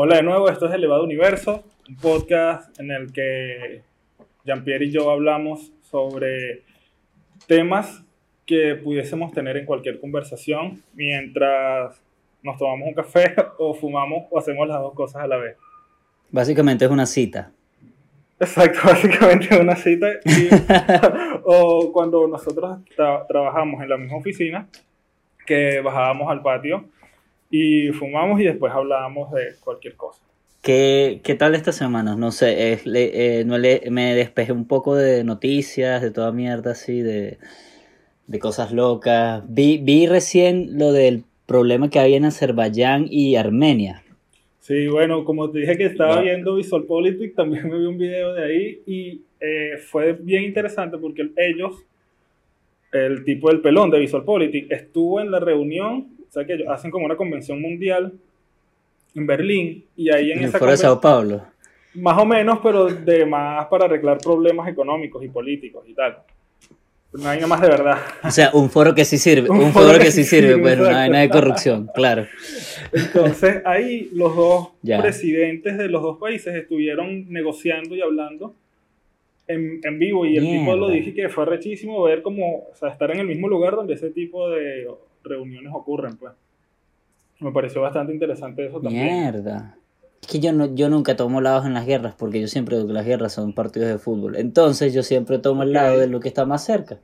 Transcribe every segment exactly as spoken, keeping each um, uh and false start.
Hola de nuevo, esto es Elevado Universo, un podcast en el que Jean-Pierre y yo hablamos sobre temas que pudiésemos tener en cualquier conversación mientras nos tomamos un café o fumamos o hacemos las dos cosas a la vez. Básicamente es una cita. Exacto, básicamente es una cita. Y, o cuando nosotros tra- trabajamos en la misma oficina, que bajábamos al patio y fumamos y después hablábamos de cualquier cosa. ¿Qué, qué tal esta semana? No sé, es, le, eh, no le, me despejé un poco de noticias, de toda mierda así, de, de cosas locas. Vi, vi recién lo del problema que había en Azerbaiyán y Armenia. Sí, bueno, como te dije que estaba Wow. viendo Visual Politics, también me vi un video de ahí y eh, fue bien interesante porque ellos, el tipo del pelón de Visual Politics, estuvo en la reunión, o sea que ellos hacen como una convención mundial en Berlín y ahí en En el esa foro de Sao convención, Paulo. más o menos, pero de más para arreglar problemas económicos y políticos y tal. No hay nada más de verdad. O sea, un foro que sí sirve, Un un foro foro que que sí sí sirve, sirve, pues, una exacto. vaina de corrupción, claro. Entonces ahí los dos Ya. presidentes de los dos países estuvieron negociando y hablando en, en vivo y el tipo lo Mierda. dije que fue rechísimo ver como, o sea, estar en el mismo lugar donde ese tipo de reuniones ocurren, pues. Me pareció bastante interesante eso también. Mierda. Es que yo, no, yo nunca tomo lados en las guerras porque yo siempre digo que las guerras son partidos de fútbol. Entonces yo siempre tomo el Ok. lado de lo que está más cerca.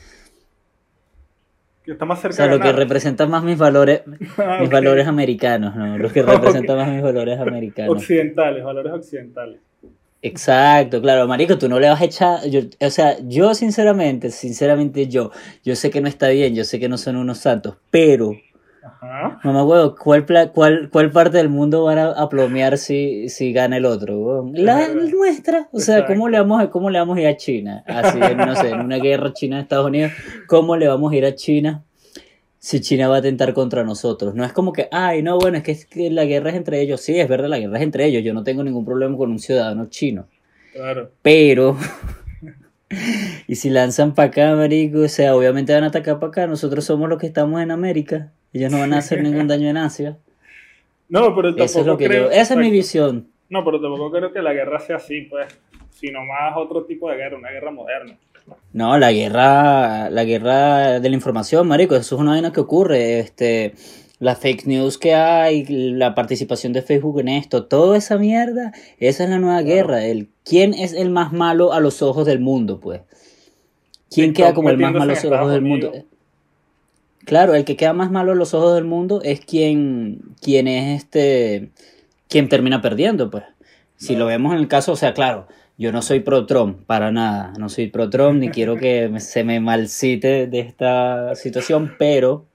Que está más O cerca sea, de lo que ganar. representa más mis valores, Ah, mis ok. valores americanos, ¿no? Los que Ok. representan más mis valores americanos. Occidentales, valores occidentales. Exacto, claro, marico, tú no le vas a echar, yo, o sea, yo sinceramente, sinceramente yo, yo sé que no está bien, yo sé que no son unos santos, pero, Ajá. mamá huevo, ¿cuál, pla- cuál, cuál parte del mundo van a, a plomear si, si gana el otro, huevón? Es La verdad. nuestra, o sea, ¿cómo le Exacto. vamos a, cómo le vamos a ir a China? Así, en, no sé, en una guerra China-Estados Unidos, ¿cómo le vamos a ir a China si China va a atentar contra nosotros? No es como que, ay, no, bueno, es que, es que la guerra es entre ellos. Sí, es verdad, la guerra es entre ellos. Yo no tengo ningún problema con un ciudadano chino. Claro. Pero, y si lanzan para acá, marico, o sea, obviamente van a atacar para acá. Nosotros somos los que estamos en América. Ellos no van a hacer ningún daño en Asia. No, pero Eso es lo tampoco que creo, yo, esa es mi exacto. visión. No, pero tampoco creo que la guerra sea así, pues, sino más otro tipo de guerra, una guerra moderna. No, la guerra, la guerra de la información, marico, eso es una vaina que ocurre, este, las fake news que hay, la participación de Facebook en esto, toda esa mierda, esa es la nueva Claro. guerra, el quién es el más malo a los ojos del mundo, pues. ¿Quién queda TikTok como el más metiéndose malo en a los ojos Estados del mundo? Unidos. Claro, el que queda más malo a los ojos del mundo es quien, quien es este, quien termina perdiendo, pues. Si lo Claro. vemos en el caso, o sea, claro, yo no soy pro Trump, para nada, no soy pro Trump, ni quiero que me- se me malcite de esta situación, pero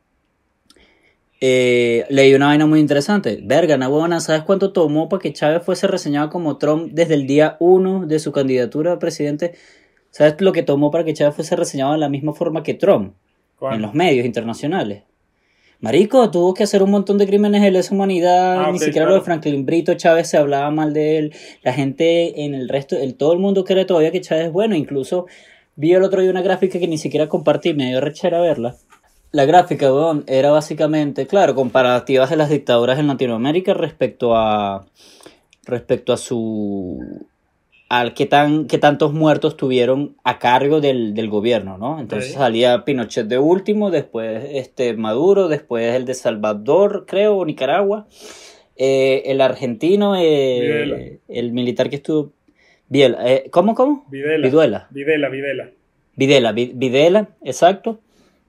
eh, leí una vaina muy interesante. Verga, na huevona, ¿sabes cuánto tomó para que Chávez fuese reseñado como Trump desde el día uno de su candidatura a presidente? ¿Sabes lo que tomó para que Chávez fuese reseñado de la misma forma que Trump en los ¿Cuánto? medios internacionales? Marico, tuvo que hacer un montón de crímenes de lesa humanidad, Ah, ni ok, siquiera lo de claro. Franklin Brito Chávez se hablaba mal de él, la gente en el resto, el, todo el mundo cree todavía que Chávez es bueno, incluso vi el otro día una gráfica que ni siquiera compartí, me dio rechera verla. La gráfica, weón, era básicamente, claro, comparativas de las dictaduras en Latinoamérica respecto a respecto a su al qué tan qué tantos muertos tuvieron a cargo del, del gobierno, ¿no? Entonces Ok. salía Pinochet de último, después este Maduro, después el de Salvador, creo, o Nicaragua, eh, el argentino, Videla. eh, el militar que estuvo Videla, eh, ¿cómo cómo? Videla. Viduela, Videla, Videla. Videla, Vi- Videla, exacto,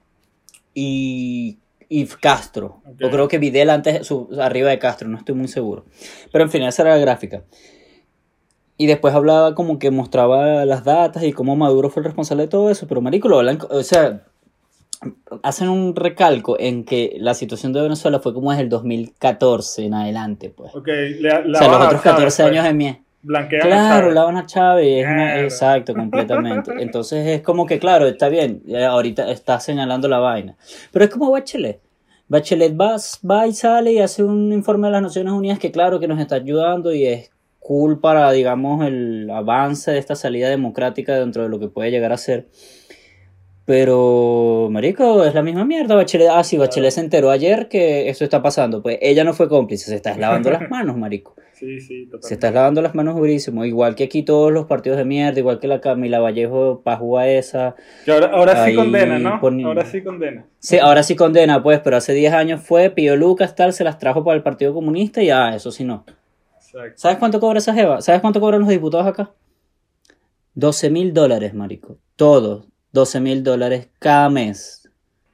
y y Castro, Ok. o creo que Videla antes su, arriba de Castro, no estoy muy seguro, pero en fin, esa era la gráfica. Y después hablaba como que mostraba las datas y cómo Maduro fue el responsable de todo eso, pero marico, lo hablan, o sea, hacen un recalco en que la situación de Venezuela fue como desde el dos mil catorce en adelante, pues. Ok, le, O sea, los lavan a otros Chávez, catorce pues. años de mi... Blanquean a Claro, Chávez. lavan a Chávez, es una... Mierda. Exacto, completamente. Entonces es como que, claro, está bien, ya ahorita está señalando la vaina. Pero es como Bachelet. Bachelet va, va y sale y hace un informe de las Naciones Unidas que claro que nos está ayudando y es cool para, digamos, el avance de esta salida democrática dentro de lo que puede llegar a ser. Pero, marico, es la misma mierda. Bachelet, ah, sí, Bachelet Claro. se enteró ayer que eso está pasando. Pues ella no fue cómplice, se está lavando las manos, marico. Sí, sí, Se está totalmente. lavando las manos durísimo. Igual que aquí todos los partidos de mierda, igual que la Camila Vallejo Pajúa esa. Que ahora, ahora sí condena, Ahí ¿no? poni- Ahora sí condena. Sí, ahora sí condena, pues, pero hace diez años fue, Pío Lucas, tal, se las trajo para el Partido Comunista y ah, eso sí no. Exacto. ¿Sabes cuánto cobra esa jeva? ¿Sabes cuánto cobran los diputados acá? doce mil dólares, marico. Todos. doce mil dólares cada mes.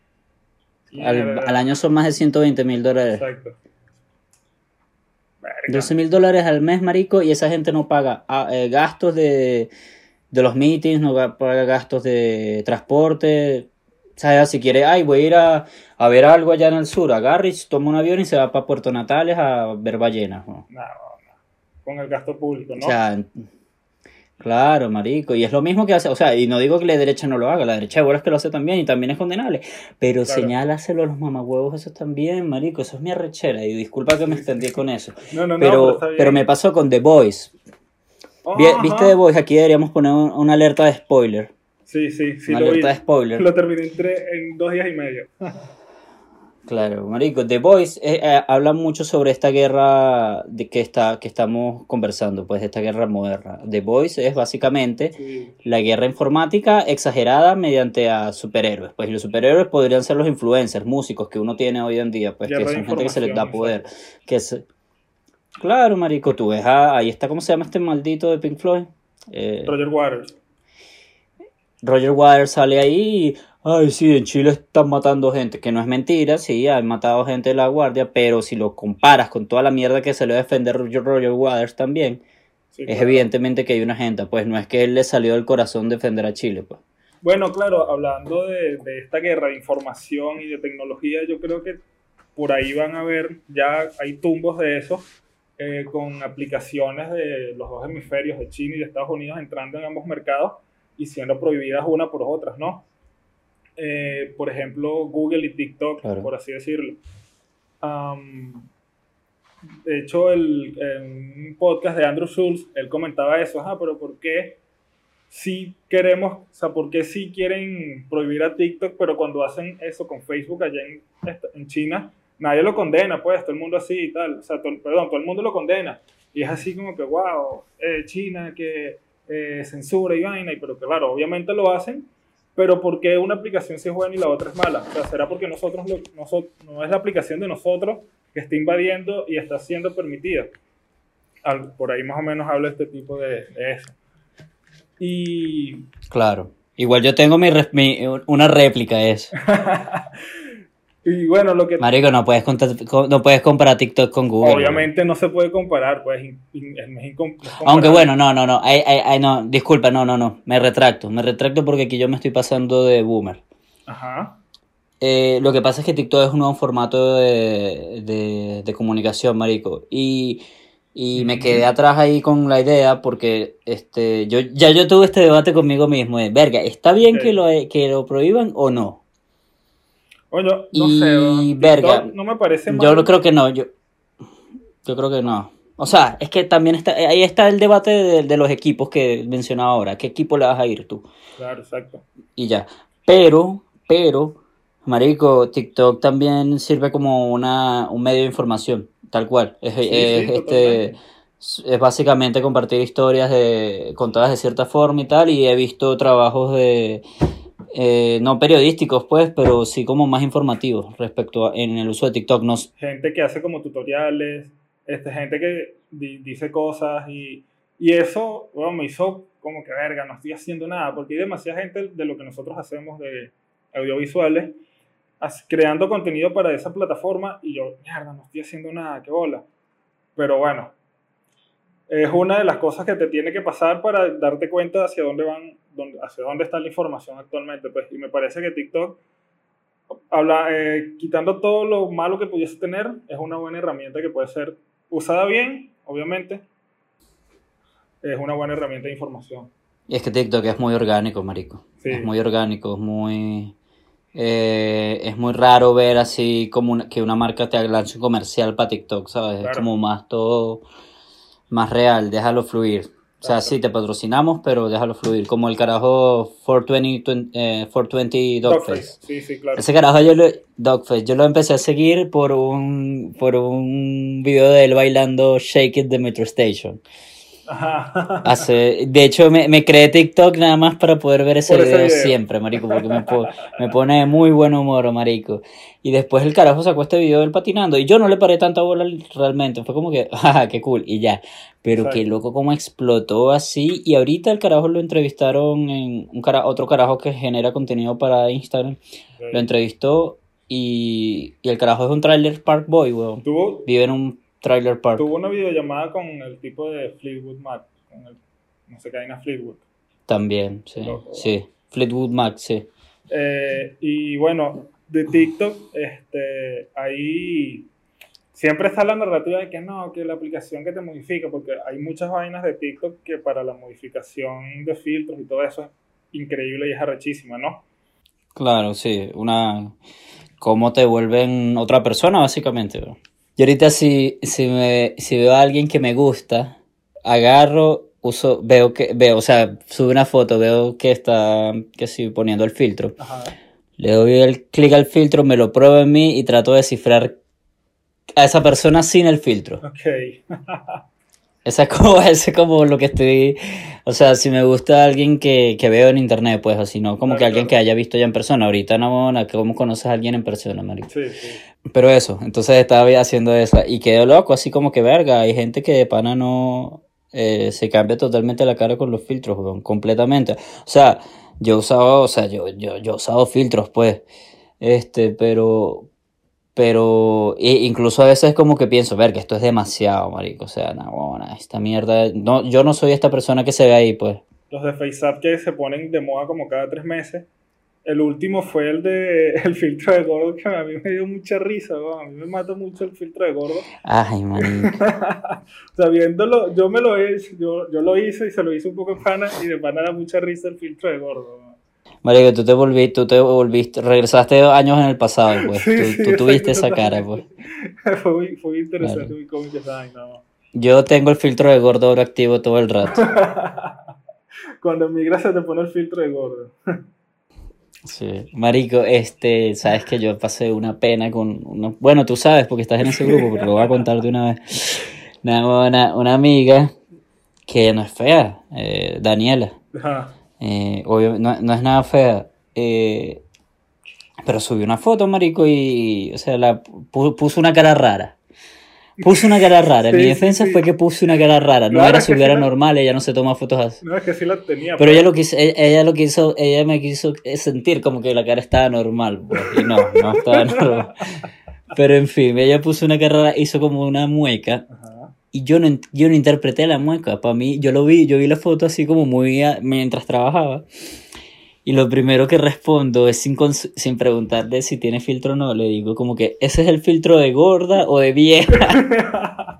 Al, Mierda. al año son más de ciento veinte mil dólares. Exacto. Verga. doce mil dólares al mes, marico, y esa gente no paga ah, eh, gastos de, de los meetings, no ga- paga gastos de transporte. O sea, si quiere, ay, voy a ir a, a ver algo allá en el sur, agarra y toma un avión y se va para Puerto Natales a ver ballenas, ¿no? No, no, no. Con el gasto público, ¿no? O sea, claro, marico, y es lo mismo que hace, o sea, y no digo que la derecha no lo haga, la derecha de bolas que lo hace también y también es condenable, pero Claro. señálaselo a los mamahuevos eso también, marico, eso es mi arrechera, y disculpa que me extendí con eso, No, no, no, pero, está bien. pero me pasó con The Voice. Oh, Vi- ajá. ¿Viste The Voice? Aquí deberíamos poner un- una alerta de spoiler, Sí, sí, sí, una lo vi. alerta de spoiler. Lo terminé en, tres- en dos días y medio. Claro, marico, The Voice eh, eh, habla mucho sobre esta guerra de que está que estamos conversando, pues de esta guerra moderna. The Voice es básicamente Sí, la guerra informática exagerada mediante a superhéroes. Pues y los superhéroes podrían ser los influencers, músicos que uno tiene hoy en día, pues Guerra que de son gente que se les da información, poder. Que se... Claro, marico, tú ves, ah, ahí está, ¿cómo se llama este maldito de Pink Floyd? Eh, Roger Waters. Roger Waters sale ahí y, ay, sí, en Chile están matando gente, que no es mentira, sí, han matado gente de la guardia, pero si lo comparas con toda la mierda que salió a defender Roger, Roger Waters también, Sí, es claro. evidentemente que hay una agenda, pues no es que él le salió del corazón defender a Chile, pues. Bueno, claro, hablando de, de esta guerra de información y de tecnología, yo creo que por ahí van a ver, ya hay tumbos de eso, eh, con aplicaciones de los dos hemisferios, de China y de Estados Unidos, entrando en ambos mercados y siendo prohibidas una por otras, ¿no? Eh, por ejemplo, Google y TikTok, Claro. por así decirlo. Am, de hecho, el, en un podcast de Andrew Schulz, él comentaba eso, ajá, pero ¿por qué si queremos, o sea, por qué si quieren prohibir a TikTok, pero cuando hacen eso con Facebook allá en, en China, nadie lo condena, pues, todo el mundo así y tal, o sea, todo, perdón, todo el mundo lo condena, y es así como que, wow, eh, China que eh, censura y vaina, y, pero claro, obviamente lo hacen, pero ¿por qué una aplicación sí es buena y la otra es mala? O sea, ¿será porque nosotros, lo, nosotros no es la aplicación de nosotros que está invadiendo y está siendo permitida? Al, por ahí más o menos habla este tipo de, de eso. Y Claro. Igual yo tengo mi, res- mi- una réplica de eso. Y bueno, lo que Marico, no puedes, contar- no puedes comparar TikTok con Google. obviamente no se puede comparar, pues in- in- es incom- es Aunque comparable. bueno, no, no, no, ay, ay, ay, no, disculpa, no, no, no, me retracto, me retracto porque aquí yo me estoy pasando de boomer. Ajá, Eh, lo que pasa es que TikTok es un nuevo formato de, de, de comunicación, marico, y, y me quedé atrás ahí con la idea porque este, yo, ya yo tuve este debate conmigo mismo de, verga, ¿está bien Ok. que, lo, que lo prohíban o no? oye, no Y, sé, ¿no? verga, TikTok no me parece mal. Yo no creo que no, yo, yo creo que no. O sea, es que también está, ahí está el debate de, de los equipos que mencionaba ahora. ¿Qué equipo le vas a ir tú? Claro, exacto. Y ya. Pero, pero, marico, TikTok también sirve como una, un medio de información, tal cual. Es, Sí, es, sí, este, totalmente. es básicamente compartir historias de, contadas de cierta forma y tal. Y he visto trabajos de, eh, no periodísticos, pues, pero sí como más informativos respecto a, en el uso de TikTok. No, s- Gente que hace como tutoriales, este, gente que di- dice cosas y, y eso, bueno, me hizo como que verga, no estoy haciendo nada, porque hay demasiada gente de lo que nosotros hacemos de audiovisuales, as- creando contenido para esa plataforma y yo, mierda, no estoy haciendo nada, qué bola. Pero bueno, es una de las cosas que te tiene que pasar para darte cuenta hacia dónde van, dónde, hacia dónde está la información actualmente, pues, y me parece que TikTok, habla, eh, quitando todo lo malo que pudiese tener, es una buena herramienta que puede ser usada bien, obviamente, es una buena herramienta de información. y es que TikTok es muy orgánico, marico. Sí. Es muy orgánico, es muy... eh, es muy raro ver así como una- que una marca te lance un comercial para TikTok, ¿sabes? Claro. Es como más todo... Más real, déjalo fluir. O sea, sí, te patrocinamos, pero déjalo fluir. Como el carajo cuatrocientos veinte, eh, cuatrocientos veinte Dogface. Dogface, sí, sí, claro. Ese carajo yo lo, Dogface, yo lo empecé a seguir por un, por un video de él bailando Shake It de Metro Station. Ajá. Hace, de hecho, me, me creé TikTok nada más para poder ver ese, Por ese video, video. siempre, marico, porque me, po- me pone de muy buen humor, marico. Y después el carajo sacó este video de él patinando y yo no le paré tanta bola realmente, fue como que, jaja, qué cool, y ya. Pero Exacto. qué loco cómo explotó así. Y ahorita el carajo lo entrevistaron en un cara, otro carajo que genera contenido para Instagram. Ok. Lo entrevistó y, y el carajo es un trailer park boy, weón. Tuvo, Vive en un trailer park. tuvo una videollamada con el tipo de Fleetwood Mac, con el, no sé qué hay en Fleetwood. También, sí. Loco. Sí. Fleetwood Mac, sí. Eh, y bueno, de TikTok, este, ahí siempre está la narrativa de que no, que la aplicación que te modifica, porque hay muchas vainas de TikTok que para la modificación de filtros y todo eso es increíble y es arrechísima, ¿no? Claro, sí. Una... Cómo te vuelven otra persona, básicamente, bro. Y ahorita si, si, me, si veo a alguien que me gusta, agarro, uso, veo que, veo, o sea, sube una foto, veo que está, que sí, poniendo el filtro. Ajá. Le doy el clic al filtro, me lo pruebo en mí y trato de descifrar a esa persona sin el filtro. Ok. Esa es como, ese es como lo que estoy... O sea, si me gusta alguien que, que veo en internet, pues, así, no como Claro, que alguien claro. que haya visto ya en persona. Ahorita no, no, ¿cómo conoces a alguien en persona, marico? Sí, sí. Pero eso, entonces estaba haciendo eso y quedé loco, así como que verga, hay gente que de pana no eh, se cambia totalmente la cara con los filtros, weón, completamente. O sea, yo usaba, o sea, yo, yo, yo he usado filtros, pues, este, pero, pero, e- incluso a veces como que pienso, ver que esto es demasiado, marico, o sea, no, bueno, esta mierda, no, yo no soy esta persona que se ve ahí, pues. Los de FaceApp que se ponen de moda como cada tres meses. El último fue el de el filtro de gordo, que a mí me dio mucha risa, ¿no? A mí me mata mucho el filtro de gordo. Ay, marico. O sea, viéndolo, yo me lo hice, yo, yo lo hice y se lo hice un poco en pana y de pana da mucha risa el filtro de gordo, ¿no? Marico, tú te volviste, tú te volviste, regresaste dos años en el pasado, pues. Sí, tú, sí, tú tuviste exacto, esa cara, pues. totalmente. Fue muy, fue muy interesante, Claro. muy cómico esa vaina, ¿no? Yo tengo el filtro de gordo ahora activo todo el rato. Cuando migras se te pone el filtro de gordo. Sí. Marico, este, sabes que yo pasé una pena con uno, bueno, tú sabes porque estás en ese grupo, pero lo voy a contar de una vez. Una, una, una amiga que no es fea, eh, Daniela. Ajá. Eh, obvio, no, no es nada fea. eh, pero subió una foto, marico, y, o sea, la pu- puso una cara rara. Puso una cara rara. Mi Sí, sí, defensa sí. fue que puso una cara rara. No Claro, era es su que cara sí la- normal, ella no se toma fotos así. No, es que sí la tenía. Pero pues. ella lo quiso, ella, ella lo quiso, ella me quiso sentir como que la cara estaba normal, pues, y no, no estaba normal. Pero en fin, ella puso una cara, rara, hizo como una mueca, Ajá. y yo no, ent- yo no interpreté la mueca. Para mí, yo lo vi, yo vi la foto así como muy a- mientras trabajaba, y lo primero que respondo es sin, cons- sin preguntarle si tiene filtro o no, le digo como que, ¿ese es el filtro de gorda o de vieja?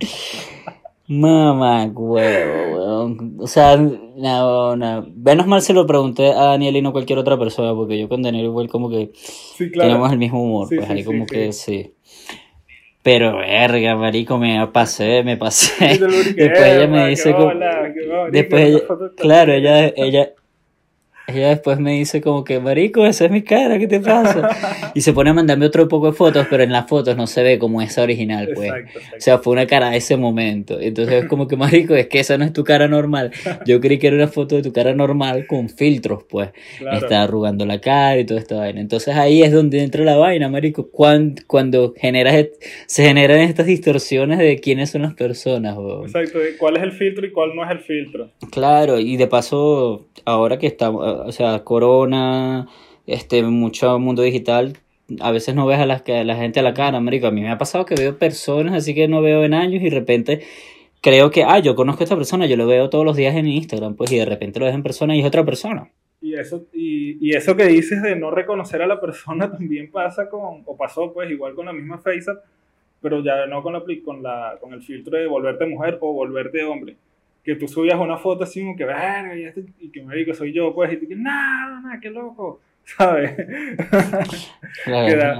Mamá, huevo, weón. O sea, no, no. Menos mal se lo pregunté a Daniel y no a cualquier otra persona, porque yo con Daniel igual como que Sí, claro. tenemos el mismo humor, Sí, pues sí, ahí sí, como sí. que sí. Pero verga, marico, me pasé, me pasé. Y te lo dije, Después ella me "Epa, dice qué como... hola, qué marico, Después esa ella, foto está claro, chida". ella, ella, ella después me dice como que, marico, esa es mi cara, ¿qué te pasa? Y se pone a mandarme otro poco de fotos, pero en las fotos no se ve como esa original, pues. Exacto, exacto. O sea, fue una cara de ese momento. Entonces es como que, marico, es que esa no es tu cara normal. Yo creí que era una foto de tu cara normal con filtros, pues. Me Claro. estaba arrugando la cara y toda esta vaina. Entonces ahí es donde entra la vaina, marico. Cuando, cuando generas, et- se generan estas distorsiones de quiénes son las personas, weón. Exacto, de cuál es el filtro y cuál no es el filtro. Claro, y de paso, ahora que estamos, o sea, corona, este, mucho mundo digital, a veces no ves a la, a la gente a la cara, marico. A mí me ha pasado que veo personas así que no veo en años y de repente creo que, ah, yo conozco a esta persona, yo lo veo todos los días en Instagram, pues, y de repente lo ves en persona y es otra persona. Y eso, y, y eso que dices de no reconocer a la persona también pasa con, o pasó pues igual con la misma FaceApp, pero ya no con, la, apli- con, la, con el filtro de volverte mujer o volverte hombre. Que tú subías una foto así como que, verga, y, este, y que marico soy yo, pues, y tú que, nada, nada, qué loco, ¿sabes? Claro, Queda-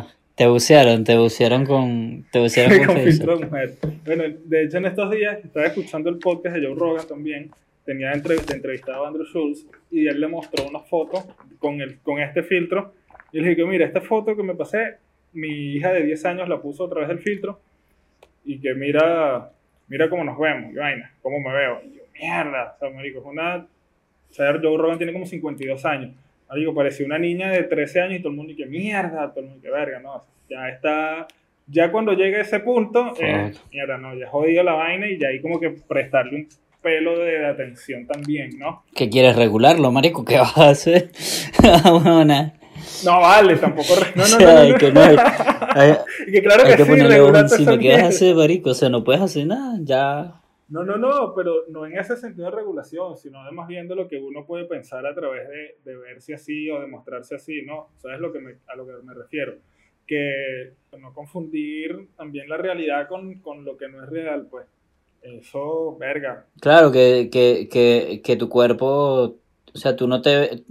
Te bucearon, te bucearon con, te bucearon con, con Facebook. filtro de mujer. Bueno, de hecho en estos días estaba escuchando el podcast de Joe Rogan también, tenía entre, entrevistado a Andrew Schultz y él le mostró una foto con, el, con este filtro y le dije, mira, esta foto que me pasé, mi hija de diez años la puso a través del filtro y que mira, mira cómo nos vemos, y vaina, cómo me veo. Y yo, mierda, o sea, marico, es una... O sea, Joe Rogan tiene como cincuenta y dos años. Marico, parecía una niña de trece años y todo el mundo dice, mierda, todo el mundo dice, verga, no, ya está... Ya cuando llegue a ese punto, eh, mierda, no, ya jodido la vaina y ya hay como que prestarle un pelo de atención también, ¿no? ¿Qué quieres regularlo, marico? ¿Qué vas a hacer? Una... No, vale, tampoco... No, no, o sea, no, no, no. Que no hay, hay, que claro hay que, que sí, ponerle ojo encima. ¿Qué vas a mierda. hacer, marico? O sea, no puedes hacer nada, ya... No, no, no, pero no en ese sentido de regulación, sino además viendo lo que uno puede pensar a través de, de verse así o de mostrarse así, ¿no? ¿Sabes lo que me, a lo que me refiero? Que no confundir también la realidad con, con lo que no es real, pues. Eso, verga. Claro, que, que, que, que tu cuerpo, o sea, tú no te...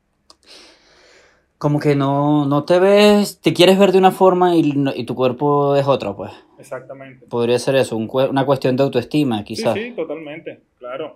Como que no, no te ves, te quieres ver de una forma y, y tu cuerpo es otra, pues. Exactamente. Podría ser eso, un, una cuestión de autoestima, quizás. Sí, sí, totalmente, claro.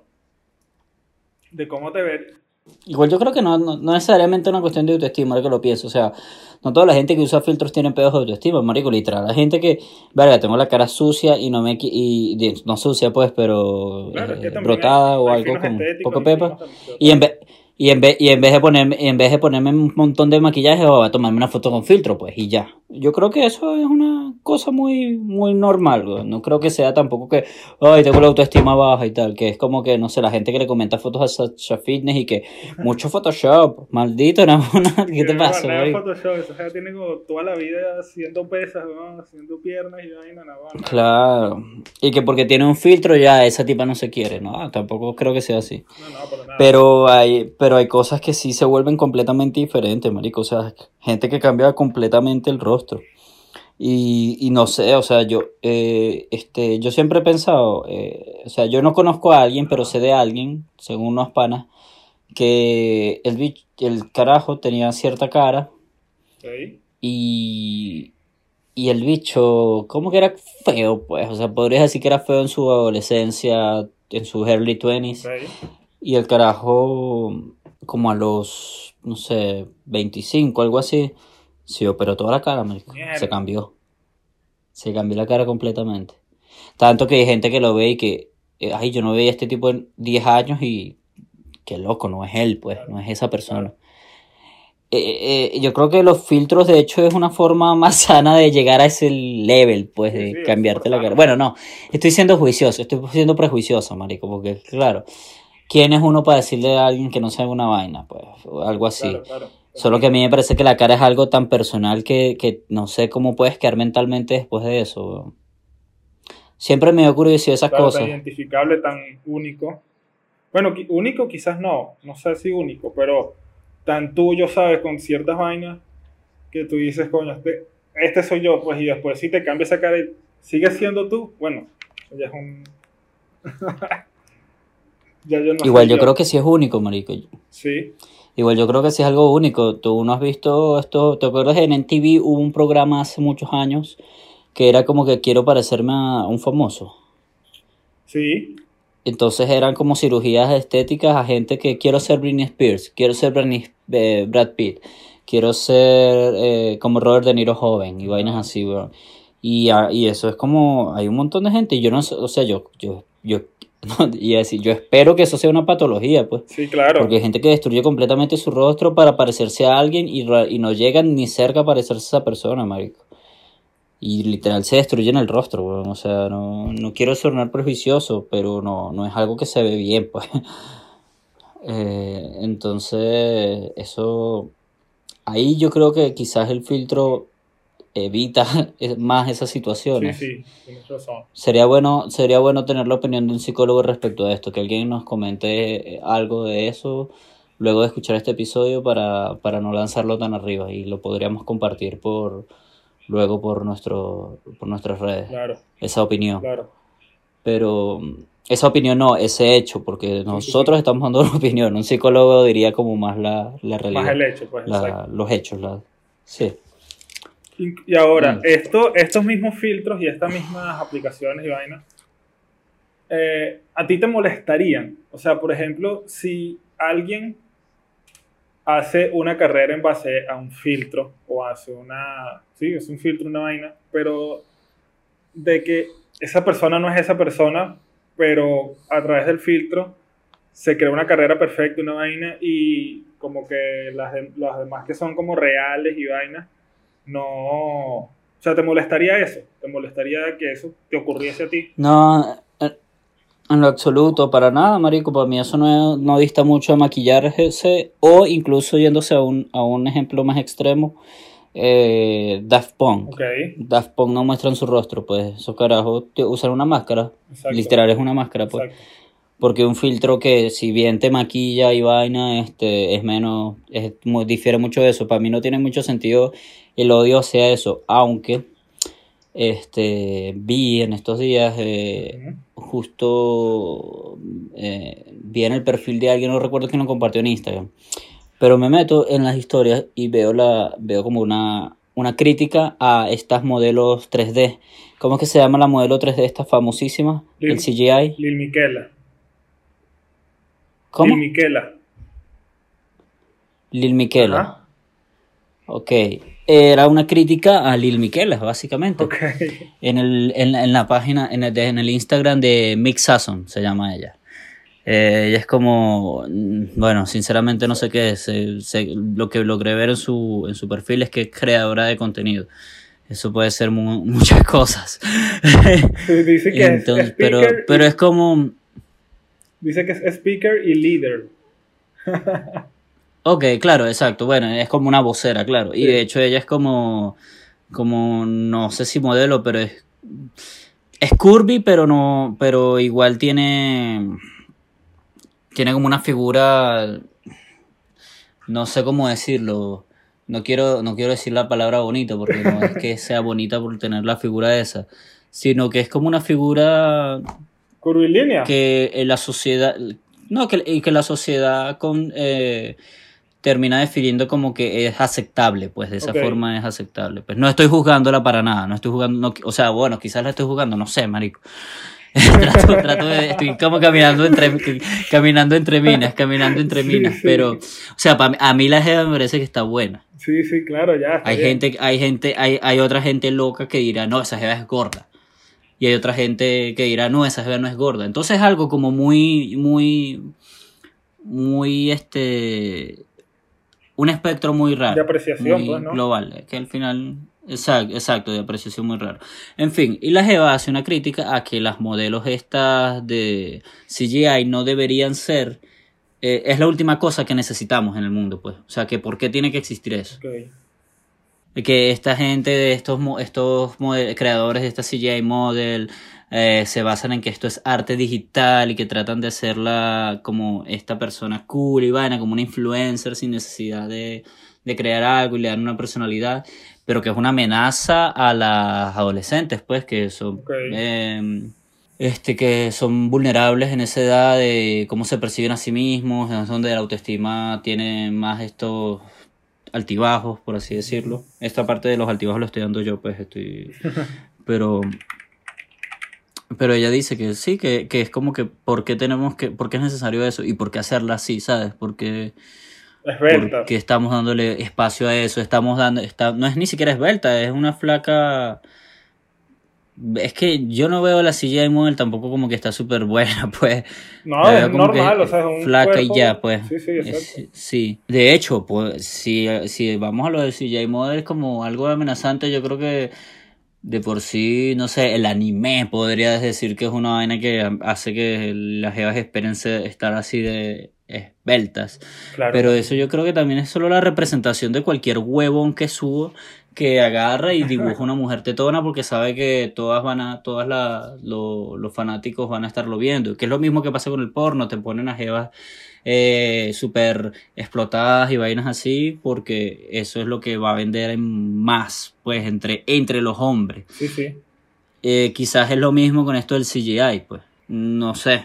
De cómo te ves. Igual yo creo que no, no, no necesariamente una cuestión de autoestima, ahora que lo pienso, o sea, no toda la gente que usa filtros tiene pedos de autoestima, marico, literal. La gente que, verga, tengo la cara sucia y no me, y, y no sucia pues, pero Claro, es que eh, también brotada hay- o hay algo finos con estéticos, poco hay pepa. finos de- de Y en otra- vez, y en vez, y en vez de ponerme, y en vez de ponerme un montón de maquillaje, voy a tomarme una foto con filtro, pues, y ya. Yo creo que eso es una cosa muy, muy normal, güey. No creo que sea tampoco que, ay, tengo la autoestima baja y tal, que es como que, no sé, la gente que le comenta fotos a Sasha Fitness y que, mucho Photoshop, maldito, no, no, ¿qué te no, pasa, nada de güey? Photoshop, esa gente tiene como toda la vida haciendo pesas, ¿no? Haciendo piernas y vaina, nada, nada. Claro. Y que porque tiene un filtro ya esa tipa no se quiere, no, tampoco creo que sea así. No, no, para nada. Pero hay, pero hay cosas que sí se vuelven completamente diferentes, marico. O sea, gente que cambia completamente el rostro. Y, y no sé, o sea, yo, eh, este, yo siempre he pensado, eh, o sea, yo no conozco a alguien, pero sé de alguien, según unos panas, que el, bich- el carajo tenía cierta cara Ok, y, y el bicho, ¿cómo que era feo? Pues, o sea, podrías decir que era feo en su adolescencia, en sus early twenties. ok. Y el carajo, como a los, no sé, veinticinco, algo así, se operó toda la cara, marico. Mierda. Se cambió. Se cambió la cara completamente. Tanto que hay gente que lo ve y que, eh, ay, yo no veía a este tipo en diez años y qué loco, no es él, pues, no es esa persona. Eh, eh, yo creo que los filtros, de hecho, es una forma más sana de llegar a ese level, pues, Sí, de sí, es cambiarte la súper cara. sano. Bueno, no, estoy siendo juicioso, estoy siendo prejuicioso, marico, porque, claro, ¿quién es uno para decirle a alguien que no sabe una vaina? Pues, o algo así. Claro, claro. Solo que a mí me parece que la cara es algo tan personal que, que no sé cómo puedes quedar mentalmente después de eso, weón. Siempre me dio curiosidad esas Claro, cosas. tan identificable, tan único. Bueno, qui- único quizás no, no sé si único, pero tan tuyo, ¿sabes? Con ciertas vainas que tú dices, coño, este, este soy yo, pues, y después si te cambia esa cara y sigues siendo tú, bueno, ya es un... ya yo no Igual soy yo creo que sí es único, marico. Sí, Igual yo creo que sí es algo único. Tú no has visto esto. ¿Te acuerdas en M T V hubo un programa hace muchos años que era como que quiero parecerme a un famoso? sí, Entonces eran como cirugías estéticas a gente que quiero ser Britney Spears, quiero ser Britney- eh, Brad Pitt, quiero ser eh, como Robert De Niro joven y vainas así, bro. Y, ah, y eso es como, hay un montón de gente y yo no sé, o sea, yo, yo, yo, no, iba a decir, yo espero que eso sea una patología, pues. sí, claro. Porque hay gente que destruye completamente su rostro para parecerse a alguien y, ra- y no llegan ni cerca a parecerse a esa persona, marico. Y literal se destruyen el rostro, weón. O sea, no, no quiero sonar prejuicioso, pero no, no es algo que se ve bien, pues. Eh, entonces, eso... Ahí yo creo que quizás el filtro evita es- más esas Sí, situaciones. sí, tienes razón. Sería bueno, sería bueno tener la opinión de un psicólogo respecto a esto, que alguien nos comente eh, algo de eso luego de escuchar este episodio para, para no lanzarlo tan arriba y lo podríamos compartir por luego por nuestro por nuestras redes, Claro, esa opinión. claro. Pero mm, esa opinión no, ese hecho, porque sí, nosotros sí. estamos dando una opinión, un psicólogo diría como más la, la Más realidad, el hecho, pues, la- exacto. los hechos, la, sí. Y, y ahora, Mm. esto, estos mismos filtros y estas mismas aplicaciones y vainas, eh, ¿a ti te molestarían? O sea, por ejemplo, si alguien hace una carrera en base a un filtro o hace una, sí, es un filtro, una vaina, pero de que esa persona no es esa persona, pero a través del filtro se crea una carrera perfecta, una vaina, y como que las, de- las demás que son como reales y vainas, no... O sea, ¿te molestaría eso? ¿Te molestaría que eso te ocurriese a ti? No, eh, en lo absoluto, para nada, marico. Para mí eso no, no dista mucho de maquillarse o incluso yéndose a un, a un ejemplo más extremo, eh, Daft Punk. Ok, Daft Punk no muestran su rostro, pues esos carajos te- usan una máscara. exacto, Literal es una máscara, pues. exacto. Porque un filtro que si bien te maquilla y vaina, este, es menos, es, mu- difiere mucho de eso. Para mí no tiene mucho sentido el odio hacia eso, aunque este, vi en estos días, eh, Ujú. justo eh, vi en el perfil de alguien, no recuerdo quién lo compartió en Instagram, pero me meto en las historias y veo, la, veo como una, una crítica a estas modelos tres D. ¿Cómo es que se llama la modelo tres D esta famosísima? El Lil, C G I. Lil Miquela. Lil ¿Cómo? Miquela. Lil Miquela. Ajá. Ok. Era una crítica a Lil Miquela, básicamente. Ok. En, el, en, en la página, en el, de- en el Instagram de Mix Sasson, se llama ella. Eh, ella es como, mm, bueno, sinceramente no sé qué es. Se- se- lo que logré ver en su, en su perfil es que es creadora de contenido. Eso puede ser mu- muchas cosas. Dice que es Entonces, pero, speaker pero y, es como, dice que es speaker y leader. ok, claro, exacto. Bueno, es como una vocera, claro. Y de Sí. hecho ella es como, como, no sé si modelo, pero es, es curvy, pero no, pero igual tiene, tiene como una figura, no sé cómo decirlo. No quiero, no quiero decir la palabra bonito, porque no es que sea bonita por tener la figura esa, sino que es como una figura Curvilínea. que en la sociedad, no, que, y que la sociedad con, eh, termina definiendo como que es aceptable, pues de esa Ok. forma es aceptable. Pues no estoy juzgándola para nada, no estoy jugando, no, o sea, bueno, quizás la estoy jugando, no sé, marico. trato, trato de, estoy como caminando entre, caminando entre minas, caminando entre Sí, minas, sí. pero, o sea, pa, a mí la jeva me parece que está buena. Sí, sí, claro, ya está Hay bien. gente, hay gente, hay, hay otra gente loca que dirá, no, esa jeva es gorda. Y hay otra gente que dirá, no, esa jeva no es gorda. Entonces es algo como muy, muy, muy, este, un espectro muy De raro, apreciación, muy pues, ¿no? global, que al final, exacto, exacto, de apreciación muy raro. En fin, y la Jeva hace una crítica a que las modelos estas de C G I no deberían ser, eh, es la última cosa que necesitamos en el mundo, pues. O sea, que ¿por qué tiene que existir eso? Ok. Que esta gente de estos, mo- estos mode- creadores de esta C G I model eh, se basan en que esto es arte digital y que tratan de hacerla como esta persona cool y vaina, como una influencer sin necesidad de, de crear algo y le dan una personalidad, pero que es una amenaza a las adolescentes, pues, que son, Ok. eh, este, que son vulnerables en esa edad de cómo se perciben a sí mismos, es donde la autoestima tiene más estos altibajos, por así decirlo. Esta parte de los altibajos lo estoy dando yo, pues estoy... Pero, pero ella dice que sí, que, que es como que ¿por qué tenemos que, por qué es necesario eso? ¿Y por qué hacerla así, sabes? Porque, Esbelta. porque estamos dándole espacio a eso, estamos dando, está, no es ni siquiera esbelta, es una flaca... Es que yo no veo la C G I model tampoco como que está súper buena, pues. No, La es veo como normal, que o sea, es un flaca y cuerpo. ya, pues. Sí, sí, Es- exacto. sí. De hecho, pues, si, si vamos a lo de C G I model como algo amenazante, yo creo que de por sí, no sé, el anime podrías decir que es una vaina que hace que las jevas esperen ser- estar así de esbeltas. Claro. Pero eso yo creo que también es solo la representación de cualquier huevón que subo que agarra y dibuja una mujer tetona porque sabe que todas van a, todas la, lo- los fanáticos van a estarlo viendo. Que es lo mismo que pasa con el porno, te ponen a jevas eh, súper explotadas y vainas así porque eso es lo que va a vender en más, pues, entre, entre los hombres. Sí, sí. Eh, quizás es lo mismo con esto del C G I, pues. No sé.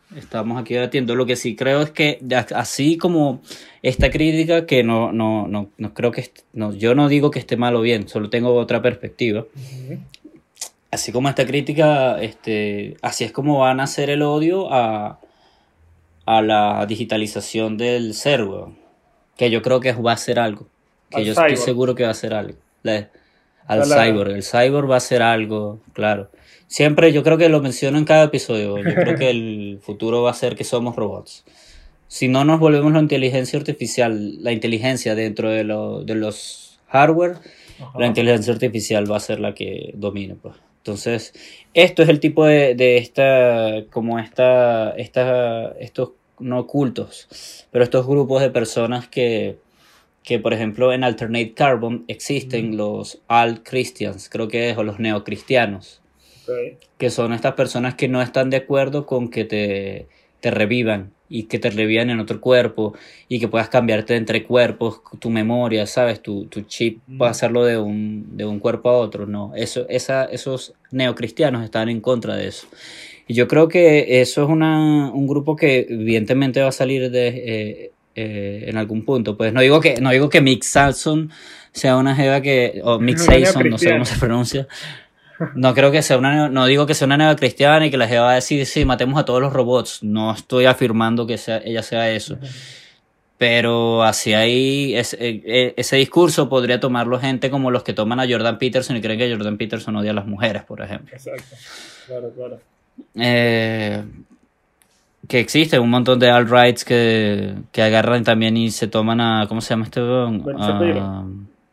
estamos aquí debatiendo. Lo que sí creo es que así como esta crítica, que no, no, no, no creo que est- no, yo no digo que esté mal o bien, solo tengo otra perspectiva. Ujú. Así como esta crítica, este, así es como van a hacer el odio a, a la digitalización del ser, weón. Que yo creo que va a ser algo. Que Al yo estoy cyborg. seguro que va a ser algo. La- O sea, al la... cyborg. El cyborg va a ser algo, claro. Siempre, yo creo que lo menciono en cada episodio. Yo creo que el futuro va a ser que somos robots. Si no nos volvemos la inteligencia artificial, la inteligencia dentro de, lo, de los hardware, la Ajá. inteligencia artificial va a ser la que domine, pues. Entonces, esto es el tipo de, de esta, como esta, esta, estos, no cultos, pero estos grupos de personas que, que por ejemplo, en Alternate Carbon Ujú. existen los Alt-Christians, creo que es, o los neocristianos, Ok. que son estas personas que no están de acuerdo con que te, te revivan y que te revivan en otro cuerpo y que puedas cambiarte entre cuerpos, tu memoria, ¿sabes? Tu, tu chip, Ujú. pasarlo de un, de un cuerpo a otro, no. Eso, esa, esos neocristianos están en contra de eso. Y yo creo que eso es una, un grupo que evidentemente va a salir de, eh, eh, en algún punto. Pues no digo que, no digo que Mick Sanson sea una jeva que, o Mick Una Sason, no sé cómo neocristiana. se pronuncia, no creo que sea una, no digo que sea una neva cristiana y que la jeva va a decir, sí, matemos a todos los robots. No estoy afirmando que sea, ella sea eso. Pero así ahí, es, eh, eh, ese discurso podría tomarlo gente como los que toman a Jordan Peterson y creen que Jordan Peterson odia a las mujeres, por ejemplo. Exacto. Claro, claro. Eh, que existe un montón de alt-rights que, que agarran también y se toman a, ¿cómo se llama este weón? Ben Shapiro. Ah,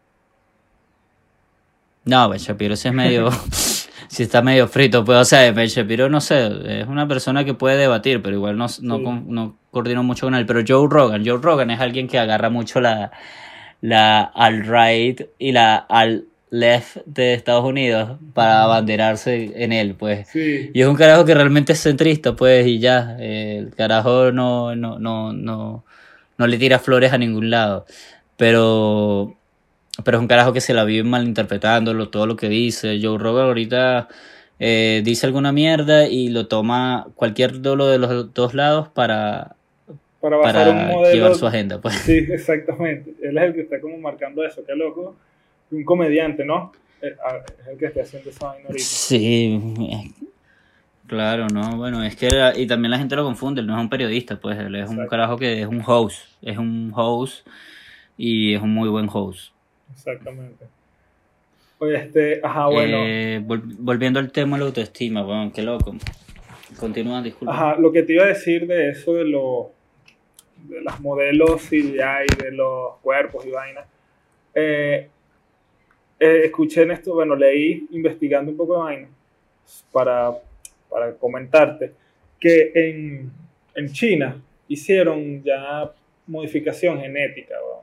no, Ben Shapiro sí es medio, sí está medio frito, pues, o sea, Ben Shapiro, no sé, es una persona que puede debatir, pero igual no, no, Sí. con- no coordino mucho con él. Pero Joe Rogan, Joe Rogan es alguien que agarra mucho la, la alt-right y la alt-left de Estados Unidos para Ujú. abanderarse en él, pues. Sí. Y es un carajo que realmente es centrista, pues, y ya, eh, el carajo no, no, no, no, no le tira flores a ningún lado. Pero pero es un carajo que se la vive malinterpretándolo, todo lo que dice. Joe Rogan ahorita eh, dice alguna mierda y lo toma cualquier dolo de los dos lados para, Para basar un para llevar su modelo. agenda, pues. Sí, exactamente. Él es el que está como marcando eso. Qué loco. Un comediante, ¿no? Eh, ah, Es el que está haciendo esa vaina ahorita. Sí, eh, claro, ¿no? Bueno, es que la- y también la gente lo confunde, él no es un periodista, pues, él es un Exacto. carajo que es un host, es un host y es un muy buen host. Exactamente. Oye, este, ajá, bueno. Eh, vol- volviendo al tema de la autoestima, bueno, qué loco. Continúa, disculpa. Ajá, lo que te iba a decir de eso de los de las modelos C G I, de los cuerpos y vainas. Eh, eh, escuché en esto, bueno, leí investigando un poco de vaina para, para comentarte que en, en China hicieron ya modificación genética, weón.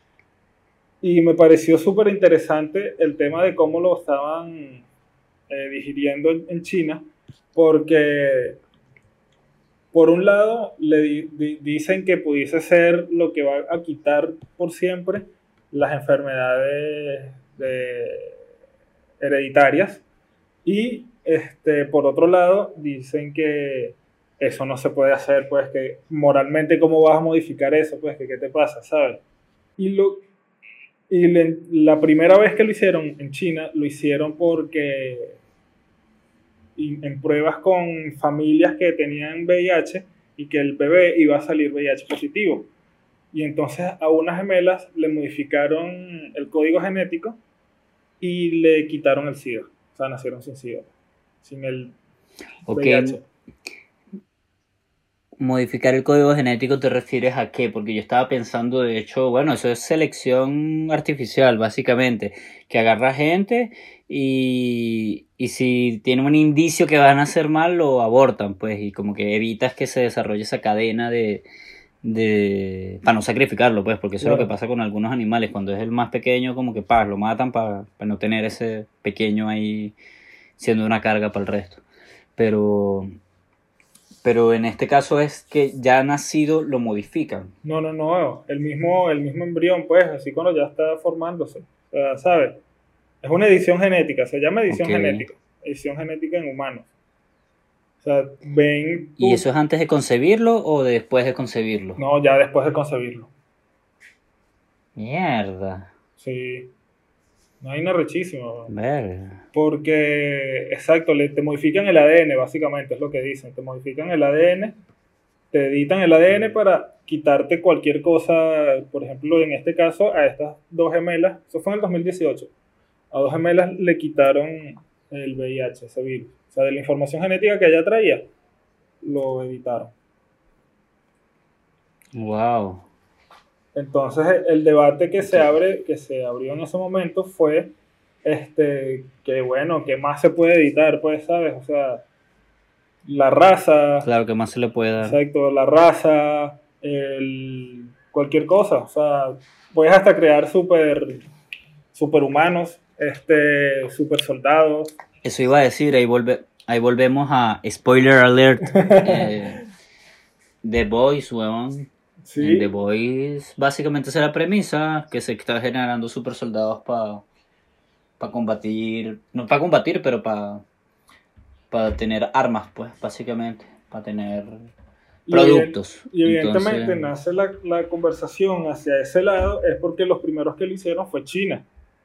Y me pareció súper interesante el tema de cómo lo estaban eh, digiriendo en, en China, porque por un lado le di, di, dicen que pudiese ser lo que va a quitar por siempre las enfermedades de, hereditarias, y este, por otro lado dicen que eso no se puede hacer, pues que moralmente cómo vas a modificar eso, pues que qué te pasa, ¿sabes? Y lo, y le, la primera vez que lo hicieron en China, lo hicieron porque en pruebas con familias que tenían V I H y que el bebé iba a salir V I H positivo. Y entonces a unas gemelas le modificaron el código genético y le quitaron el SIDA. O sea, nacieron sin SIDA, sin el Ok, V I H. modificar el código genético, ¿te refieres a qué? Porque yo estaba pensando, de hecho, bueno, eso es selección artificial, básicamente, que agarra gente y, y si tiene un indicio que van a hacer mal, lo abortan, pues, y como que evitas que se desarrolle esa cadena de, de, para no sacrificarlo, pues, porque eso es lo que Claro. pasa con algunos animales, cuando es el más pequeño, como que, paz, lo matan para, para no tener ese pequeño ahí siendo una carga para el resto. Pero... Pero en este caso es que ya nacido lo modifican. No, no, no. El mismo, el mismo embrión, pues, así cuando ya está formándose. O sea, ¿sabes? Es una edición genética, se llama edición Ok. genética. Edición genética en humanos. O sea, ven... ¿Y eso es antes de concebirlo o después de concebirlo? No, ya después de concebirlo. Mierda. Sí. No hay una rechísima. Verga. Porque, exacto, le, te modifican el A D N, básicamente, es lo que dicen. Te modifican el A D N, te editan el A D N para quitarte cualquier cosa. Por ejemplo, en este caso, a estas dos gemelas, eso fue en el dos mil dieciocho, a dos gemelas le quitaron el V I H, ese virus. O sea, de la información genética que ella traía, lo editaron. Wow. Entonces, el debate que se abre, que se abrió en ese momento fue, este, que bueno, ¿qué más se puede editar? Pues, ¿sabes? O sea, la raza. Claro, ¿qué más se le puede dar? Exacto, la raza, el, cualquier cosa. O sea, puedes hasta crear super, superhumanos, este, super soldados. Eso iba a decir, ahí, volve, ahí volvemos a spoiler alert. eh, The Boys, weón. Sí. En The Boys, básicamente esa es la premisa, que se está generando super soldados para pa combatir, no para combatir, pero para pa tener armas, pues, básicamente, para tener productos. Y, evidentemente Entonces, nace la, la conversación hacia ese lado, es porque los primeros que lo hicieron fue China.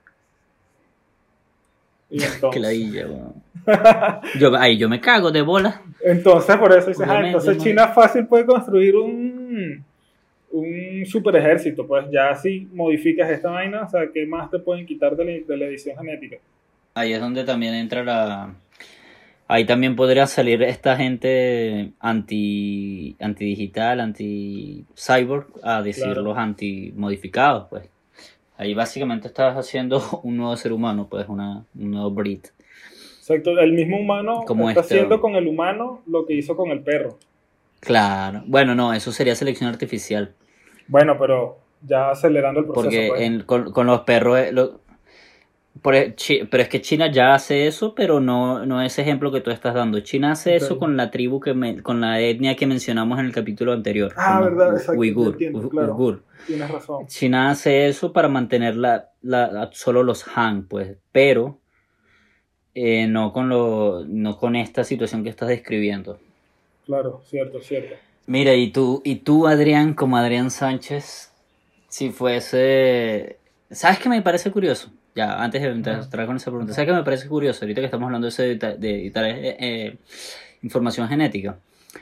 Y entonces, que ladilla, bueno. yo, ahí yo me cago de bola. Entonces, por eso dices, ah, entonces ¿no? China fácil puede construir un, un super ejército, pues ya si modificas esta vaina, o sea, ¿qué más te pueden quitar de la, de la edición genética? Ahí es donde también entra la... Ahí también podría salir esta gente anti antidigital, anti-cyborg, a decir claro. Los anti-modificados, pues. Ahí básicamente estás haciendo un nuevo ser humano, pues, una, un nuevo breed. Exacto, el mismo humano como está este... haciendo con el humano lo que hizo con el perro. Claro, bueno, no, eso sería selección artificial. Bueno, pero ya acelerando el proceso. Porque pues. en, con, con los perros... Lo, por, pero es que China ya hace eso, pero no, no ese ejemplo que tú estás dando. China hace okay. eso con la tribu, que me, con la etnia que mencionamos en el capítulo anterior. Ah, verdad, exacto. Uigur, entiendo, claro. Uigur. Tienes razón. China hace eso para mantener la, la, la, solo los Han, pues, pero eh, no, con lo, no con esta situación que estás describiendo. Claro, cierto, cierto. Mira, y tú, y tú Adrián, como Adrián Sánchez, si fuese... ¿Sabes qué me parece curioso? Ya, antes de entrar con esa pregunta, ¿sabes qué me parece curioso? Ahorita que estamos hablando de, eso, de editar eh, eh, información genética.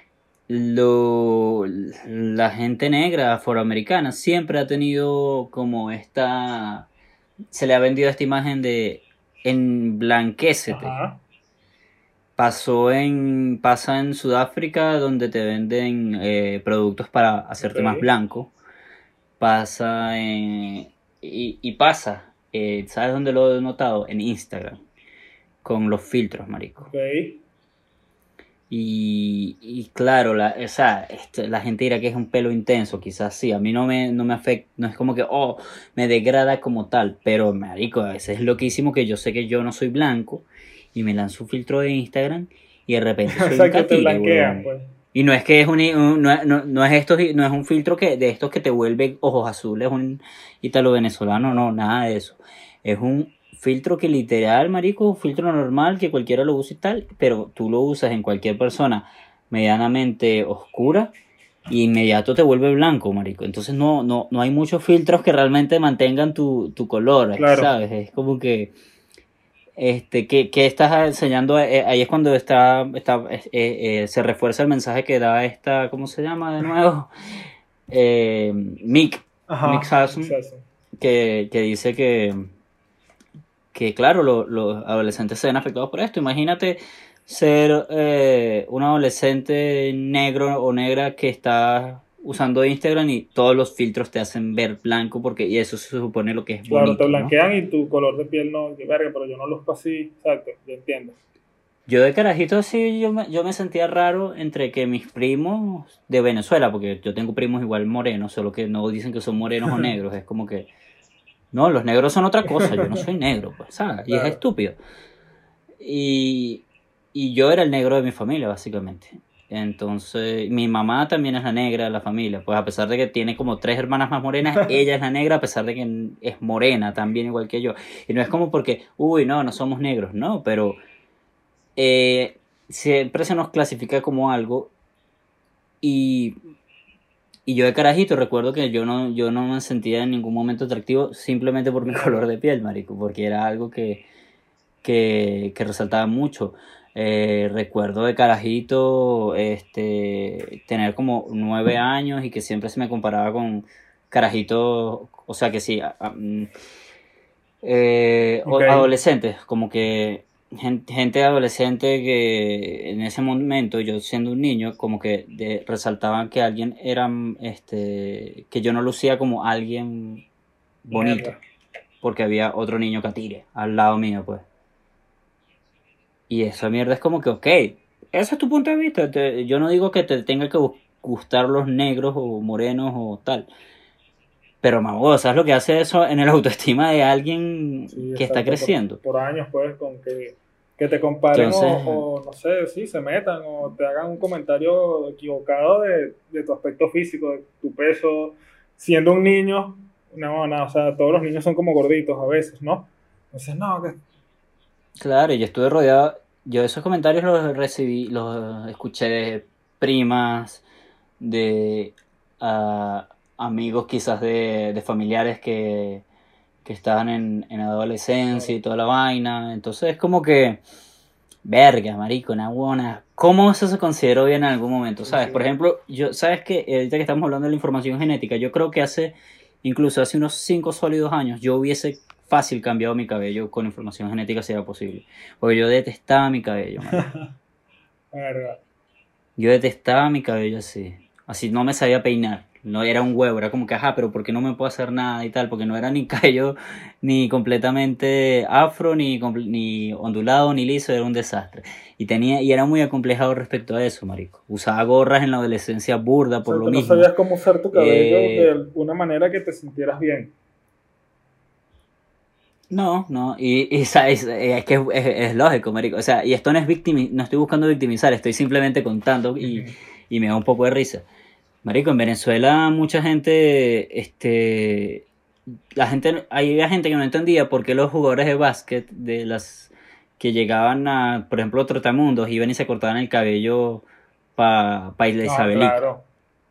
Lo, la gente negra afroamericana siempre ha tenido como esta... Se le ha vendido esta imagen de emblanquécete. Ajá. Pasó en, pasa en Sudáfrica, donde te venden eh, productos para hacerte okay. más blanco. Pasa en... Y, y pasa... Eh, ¿Sabes dónde lo he notado? En Instagram. Con los filtros, marico. Ok. Y, y claro, la, o sea, este, la gente dirá que es un pelo intenso, quizás sí. A mí no me, no me afecta, no es como que, oh, me degrada como tal. Pero, marico, a veces es loquísimo que yo sé que yo no soy blanco y me lanzo un filtro de Instagram y de repente soy un catire, blanquean, pues. Y no es que es un, un no, no, no es esto, no es un filtro que de estos que te vuelve ojos azules, un italo venezolano, no, nada de eso. Es un filtro que literal, marico, un filtro normal que cualquiera lo usa y tal, pero tú lo usas en cualquier persona medianamente oscura y inmediato te vuelve blanco, marico. Entonces no, no, no hay muchos filtros que realmente mantengan tu, tu color, claro. ¿Sabes? Es como que este que, que estás enseñando, eh, ahí es cuando está, está eh, eh, se refuerza el mensaje que da esta, ¿cómo se llama de nuevo? Eh, Mick, Ajá, Mick Hasson, que, que dice que que claro, lo, los adolescentes se ven afectados por esto. Imagínate ser eh, un adolescente negro o negra que está usando Instagram y todos los filtros te hacen ver blanco, porque y eso se supone lo que es claro, bonito, te blanquean, ¿no? Y tu color de piel no, que verga, pero yo no luzco así, exacto, yo entiendo. Yo de carajito sí, yo me, yo me sentía raro entre que mis primos de Venezuela, porque yo tengo primos igual morenos, solo que no dicen que son morenos o negros, es como que, no, los negros son otra cosa, yo no soy negro, pues, ¿sabes? Y claro. Es estúpido. Y, y yo era el negro de mi familia, básicamente. Entonces, mi mamá también es la negra de la familia, pues a pesar de que tiene como tres hermanas más morenas, ella es la negra a pesar de que es morena también igual que yo. Y no es como porque, uy, no, no somos negros, no, pero... Eh, siempre se nos clasifica como algo y, y yo de carajito recuerdo que yo no, yo no me sentía en ningún momento atractivo simplemente por mi color de piel, marico, porque era algo que, que, que resaltaba mucho. Eh, recuerdo de carajito este, tener como nueve años y que siempre se me comparaba con carajitos, o sea que sí, a- a- mm, eh, Ok, o- adolescentes, como que gen- gente adolescente que en ese momento, yo siendo un niño, como que de- resaltaban que alguien era, mm, este, que yo no lucía como alguien bonito, mierda. porque había otro niño catire al lado mío, pues. Y esa mierda es como que, ok, ese es tu punto de vista. te- yo no digo que te tenga que gu- gustar los negros o morenos o tal. Pero, mamá, ¿sabes lo que hace eso en el autoestima de alguien Sí, que está exacto, por, creciendo? por años, pues, con que, que te comparen o, Entonces, o, no sé, sí, se metan o te hagan un comentario equivocado de, de tu aspecto físico, de tu peso, siendo un niño, no, no, o sea, todos los niños son como gorditos a veces, ¿no? Entonces, no, que claro, yo estuve rodeado, yo esos comentarios los recibí, los escuché de primas, de ah, amigos quizás de, de familiares que, que estaban en, en adolescencia claro, y toda la vaina. Entonces es como que, verga, marico, una buena. ¿Cómo eso se consideró bien en algún momento? sí, ¿Sabes? Por sí, ejemplo, yo, ¿sabes que ahorita que estamos hablando de la información genética, yo creo que hace, incluso hace unos cinco sólidos años, yo hubiese fácil cambiado mi cabello con información genética si era posible. Porque yo detestaba mi cabello, marico. la verdad. Yo detestaba mi cabello así. Así no me sabía peinar. No era un huevo, era como que, ajá, pero ¿por qué no me puedo hacer nada y tal? Porque no era ni cabello ni completamente afro, ni, comple- ni ondulado, ni liso, era un desastre. Y tenía, y era muy acomplejado respecto a eso, marico. Usaba gorras en la adolescencia burda O por sea, lo que no mismo. sabías cómo usar tu cabello Eh, de una manera que te sintieras bien. no, no, y, y sabes, eh, es que es, es- es lógico, marico. O sea, y esto no es victimi- no estoy buscando victimizar, estoy simplemente contando y, Ujú. y me da un poco de risa. Marico, en Venezuela mucha gente, este, la gente, había gente que no entendía por qué los jugadores de básquet de las que llegaban a, por ejemplo, Trotamundos, iban y se cortaban el cabello para pa Isla No, Isabelita. claro.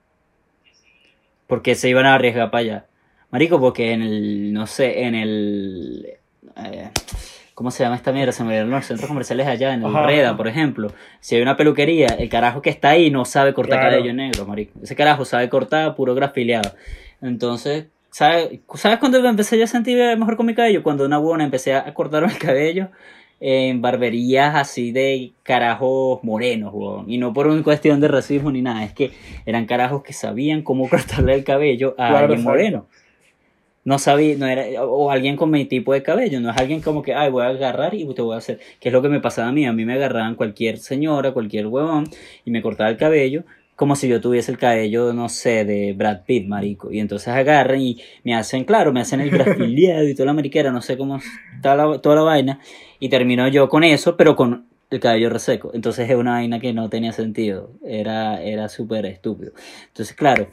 ¿Por qué se iban a arriesgar para allá? Marico, porque en el, no sé, en el, eh, ¿cómo se llama esta mierda? Se me olvidaron los centros comerciales allá, en el Ajá, Reda, ajá, por ejemplo. Si hay una peluquería, el carajo que está ahí no sabe cortar cabello claro. negro, marico. Ese carajo sabe cortar puro grafiliado. Entonces, ¿sabes, ¿sabes cuándo me empecé yo a sentir mejor con mi cabello? Cuando una buena empecé a cortarme el cabello en barberías así de carajos morenos, weón. Y no por una cuestión de racismo ni nada, es que eran carajos que sabían cómo cortarle el cabello a Claro, alguien exacto. moreno. No sabía, no era, o alguien con mi tipo de cabello, no es alguien como que, ay, voy a agarrar y te voy a hacer, que es lo que me pasaba a mí, a mí me agarraban cualquier señora, cualquier huevón, y me cortaba el cabello, como si yo tuviese el cabello, no sé, de Brad Pitt, marico, y entonces agarran y me hacen, claro, me hacen el grafiliado y toda la mariquera, no sé cómo está la, toda la vaina, y termino yo con eso, pero con el cabello reseco, entonces es una vaina que no tenía sentido, era, era súper estúpido, entonces claro,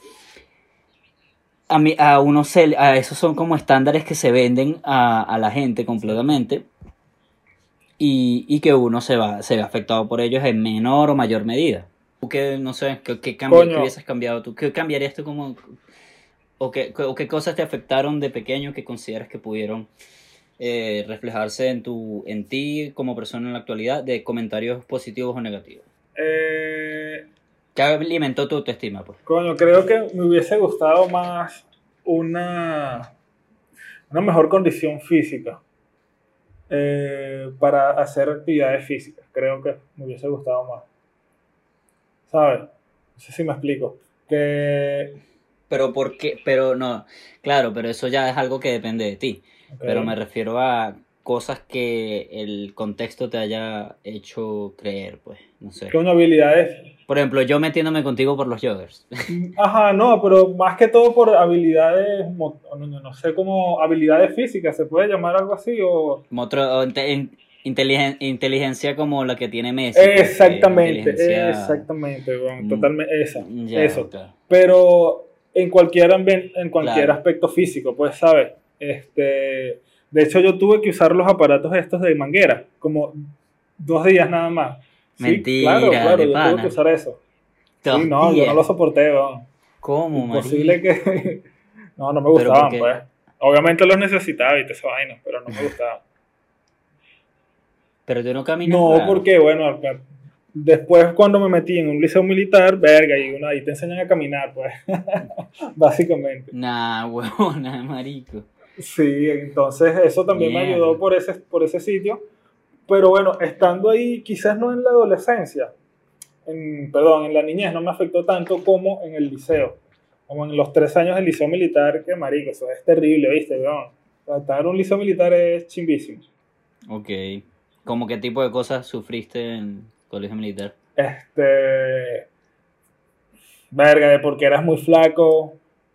a, mí, a uno se, a esos son como estándares que se venden a, a la gente Exacto. completamente y, y que uno se va, se ve afectado por ellos en menor o mayor medida. ¿Tú qué, no sé, qué, qué, cambia, qué Coño, hubieses cambiado tú? ¿Qué cambiarías tú como, o qué, o qué cosas te afectaron de pequeño que consideras que pudieron eh, reflejarse en, tu, en ti como persona en la actualidad de comentarios positivos o negativos? eh, ¿Qué alimentó tu autoestima, pues? coño, creo que me hubiese gustado más una, una mejor condición física eh, para hacer actividades físicas. Creo que me hubiese gustado más. ¿Sabes? No sé si me explico. Que, Pero por qué, pero no, claro, pero eso ya es algo que depende de ti. ok, Pero me refiero a cosas que el contexto te haya hecho creer, pues, no sé. coño, habilidades. Por ejemplo, yo metiéndome contigo por los joggers. Ajá, no, pero más que todo por habilidades, mo- no, no- no sé cómo, habilidades físicas, ¿se puede llamar algo así? O Otro, o inte- in- inteligen- inteligencia como la que tiene Messi, pues, que es exactamente, inteligencia... exactamente, bueno, mm, totalmente esa, ya, eso. claro. Pero en cualquier ambiente, en cualquier Claro. aspecto físico, pues, ¿sabes? Este, de hecho, yo tuve que usar los aparatos estos de manguera, como dos días nada más. Sí, claro, Mentira, claro, de yo tuve que pana. usar eso. Sí, Dos no, yo no lo días. soporté, weón. ¿Cómo, Imposible marico? que... No, no me Pero gustaban, porque, pues. Obviamente los necesitaba y toda esa vaina, pero no me gustaban. pero tú no caminas No, raro. porque, bueno, acá- después cuando me metí en un liceo militar, verga, y uno ahí te enseñan a caminar, pues, básicamente. Nah, huevona, marico. Sí, entonces eso también me ayudó Mierda. por ese, por ese sitio. Pero bueno, estando ahí, quizás no en la adolescencia, en, perdón, en la niñez no me afectó tanto como en el liceo. Como en los tres años del liceo militar, que marico, eso es terrible, ¿viste? Weón? O sea, estar en un liceo militar es chimbísimo. Ok. ¿Cómo qué tipo de cosas sufriste en colegio militar? Este, verga, de porque eras muy flaco,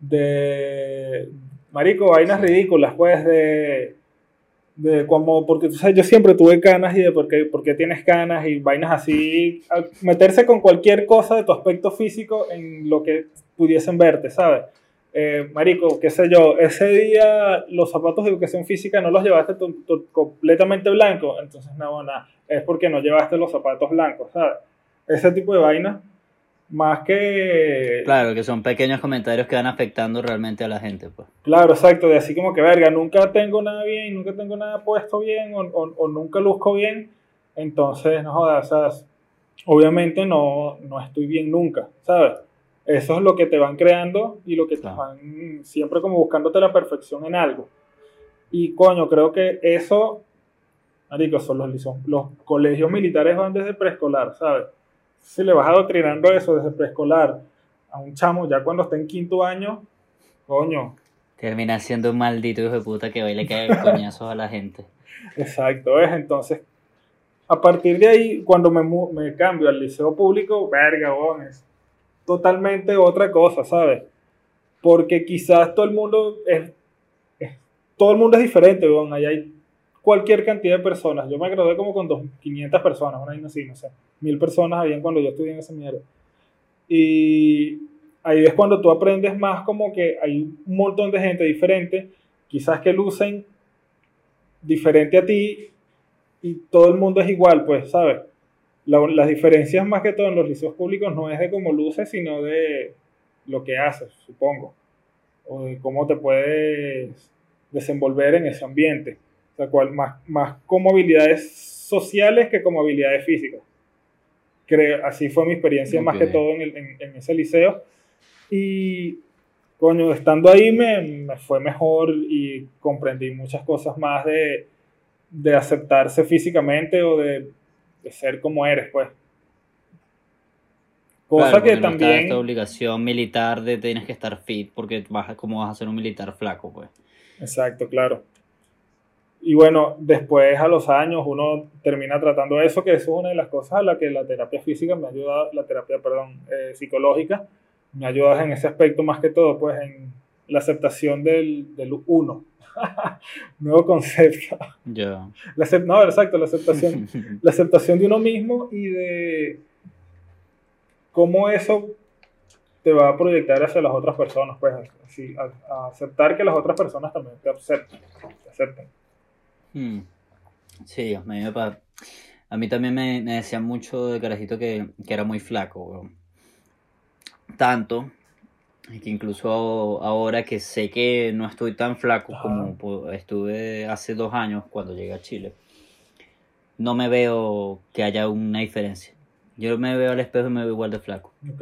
de, marico, vainas Sí. ridículas, pues, de, de como, porque tú sabes, yo siempre tuve canas y de por qué, por qué tienes canas y vainas así, a meterse con cualquier cosa de tu aspecto físico en lo que pudiesen verte, ¿sabes? Eh, marico, qué sé yo, ese día los zapatos de educación física no los llevaste tu, tu, completamente blancos, entonces no, nada, es porque no llevaste los zapatos blancos, ¿sabes? Ese tipo de vainas, más que Claro, que son pequeños comentarios que van afectando realmente a la gente, pues. claro, exacto, de así como que verga, nunca tengo nada bien, nunca tengo nada puesto bien o, o, o nunca luzco bien, entonces no jodas, o sea, obviamente no, no estoy bien nunca, ¿sabes? Eso es lo que te van creando y lo que te Claro. van siempre como buscándote la perfección en algo. Y coño, creo que eso, marico, son los, son, los colegios militares van desde preescolar, ¿sabes? Si le vas adoctrinando eso desde preescolar a un chamo ya cuando está en quinto año, coño, Termina siendo un maldito hijo de puta que va y le cae coñazos a la gente. exacto, es entonces, a partir de ahí, cuando me, me cambio al liceo público, verga, bon, es totalmente otra cosa, ¿sabes? Porque quizás todo el mundo es, es todo el mundo es diferente, bon, ahí hay cualquier cantidad de personas. Yo me gradué como con dos, quinientas personas, una vez así, no sé, mil personas habían cuando yo estudié en esa mierda. Y ahí es cuando tú aprendes más como que hay un montón de gente diferente, quizás que lucen diferente a ti y todo el mundo es igual, pues, ¿sabes? La, las diferencias más que todo en los liceos públicos no es de cómo luces, sino de lo que haces, supongo, o de cómo te puedes desenvolver en ese ambiente. O sea, cual, más, más como habilidades sociales que como habilidades físicas. Creo, así fue mi experiencia Ok. más que todo en, el, en, en ese liceo. Y, coño, estando ahí me, me fue mejor y comprendí muchas cosas más de, de aceptarse físicamente o de, de ser como eres, pues. Cosa Claro, que porque no está esta también, obligación militar de tienes que estar fit porque vas a, como vas a ser un militar flaco, pues. exacto, claro. Y bueno, después a los años uno termina tratando eso, que eso es una de las cosas a la que la terapia física me ha ayudado, la terapia, perdón, eh, psicológica, me ha ayudado en ese aspecto más que todo, pues en la aceptación del, del uno. Nuevo concepto. Ya. La, no, exacto, la aceptación, la aceptación de uno mismo y de cómo eso te va a proyectar hacia las otras personas, pues así, a, a aceptar que las otras personas también te acepten, te acepten. Hmm. Sí, a mí, me pa- a mí también me, me decían mucho de carajito que, que era muy flaco, weón. Tanto que incluso ahora que sé que no estoy tan flaco Ajá, como po- estuve hace dos años cuando llegué a Chile, no me veo que haya una diferencia. Yo me veo al espejo y me veo igual de flaco. ok,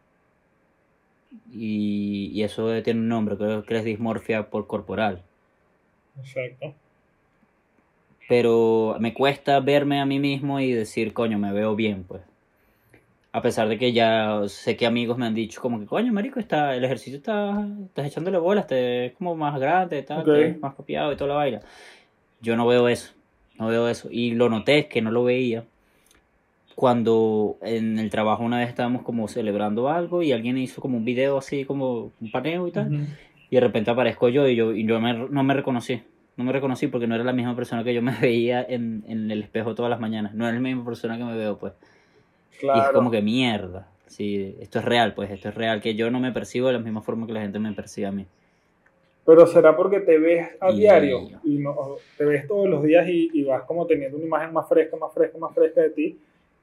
Y, y eso tiene un nombre, creo que es dismorfia por corporal. exacto. Pero me cuesta verme a mí mismo y decir, coño, me veo bien, pues. A pesar de que ya sé que amigos me han dicho como que, coño, marico, está, el ejercicio está, estás echándole bolas, te es como más grande, Ok, tal, te ves más copiado y toda la vaina. Yo no veo eso, no veo eso. Y lo noté, que no lo veía, cuando en el trabajo una vez estábamos como celebrando algo y alguien hizo como un video así, como un paneo y tal, uh-huh. y de repente aparezco yo y yo, y yo me, no me reconocí. No me reconocí porque no era la misma persona que yo me veía en, en el espejo todas las mañanas. No era la misma persona que me veo, pues. Y es como Claro. que mierda. Sí, esto es real, pues. Esto es real. Que yo no me percibo de la misma forma que la gente me percibe a mí. Pero será porque te ves a diario Y y no, te ves todos los días y, y vas como teniendo una imagen más fresca, más fresca, más fresca de ti.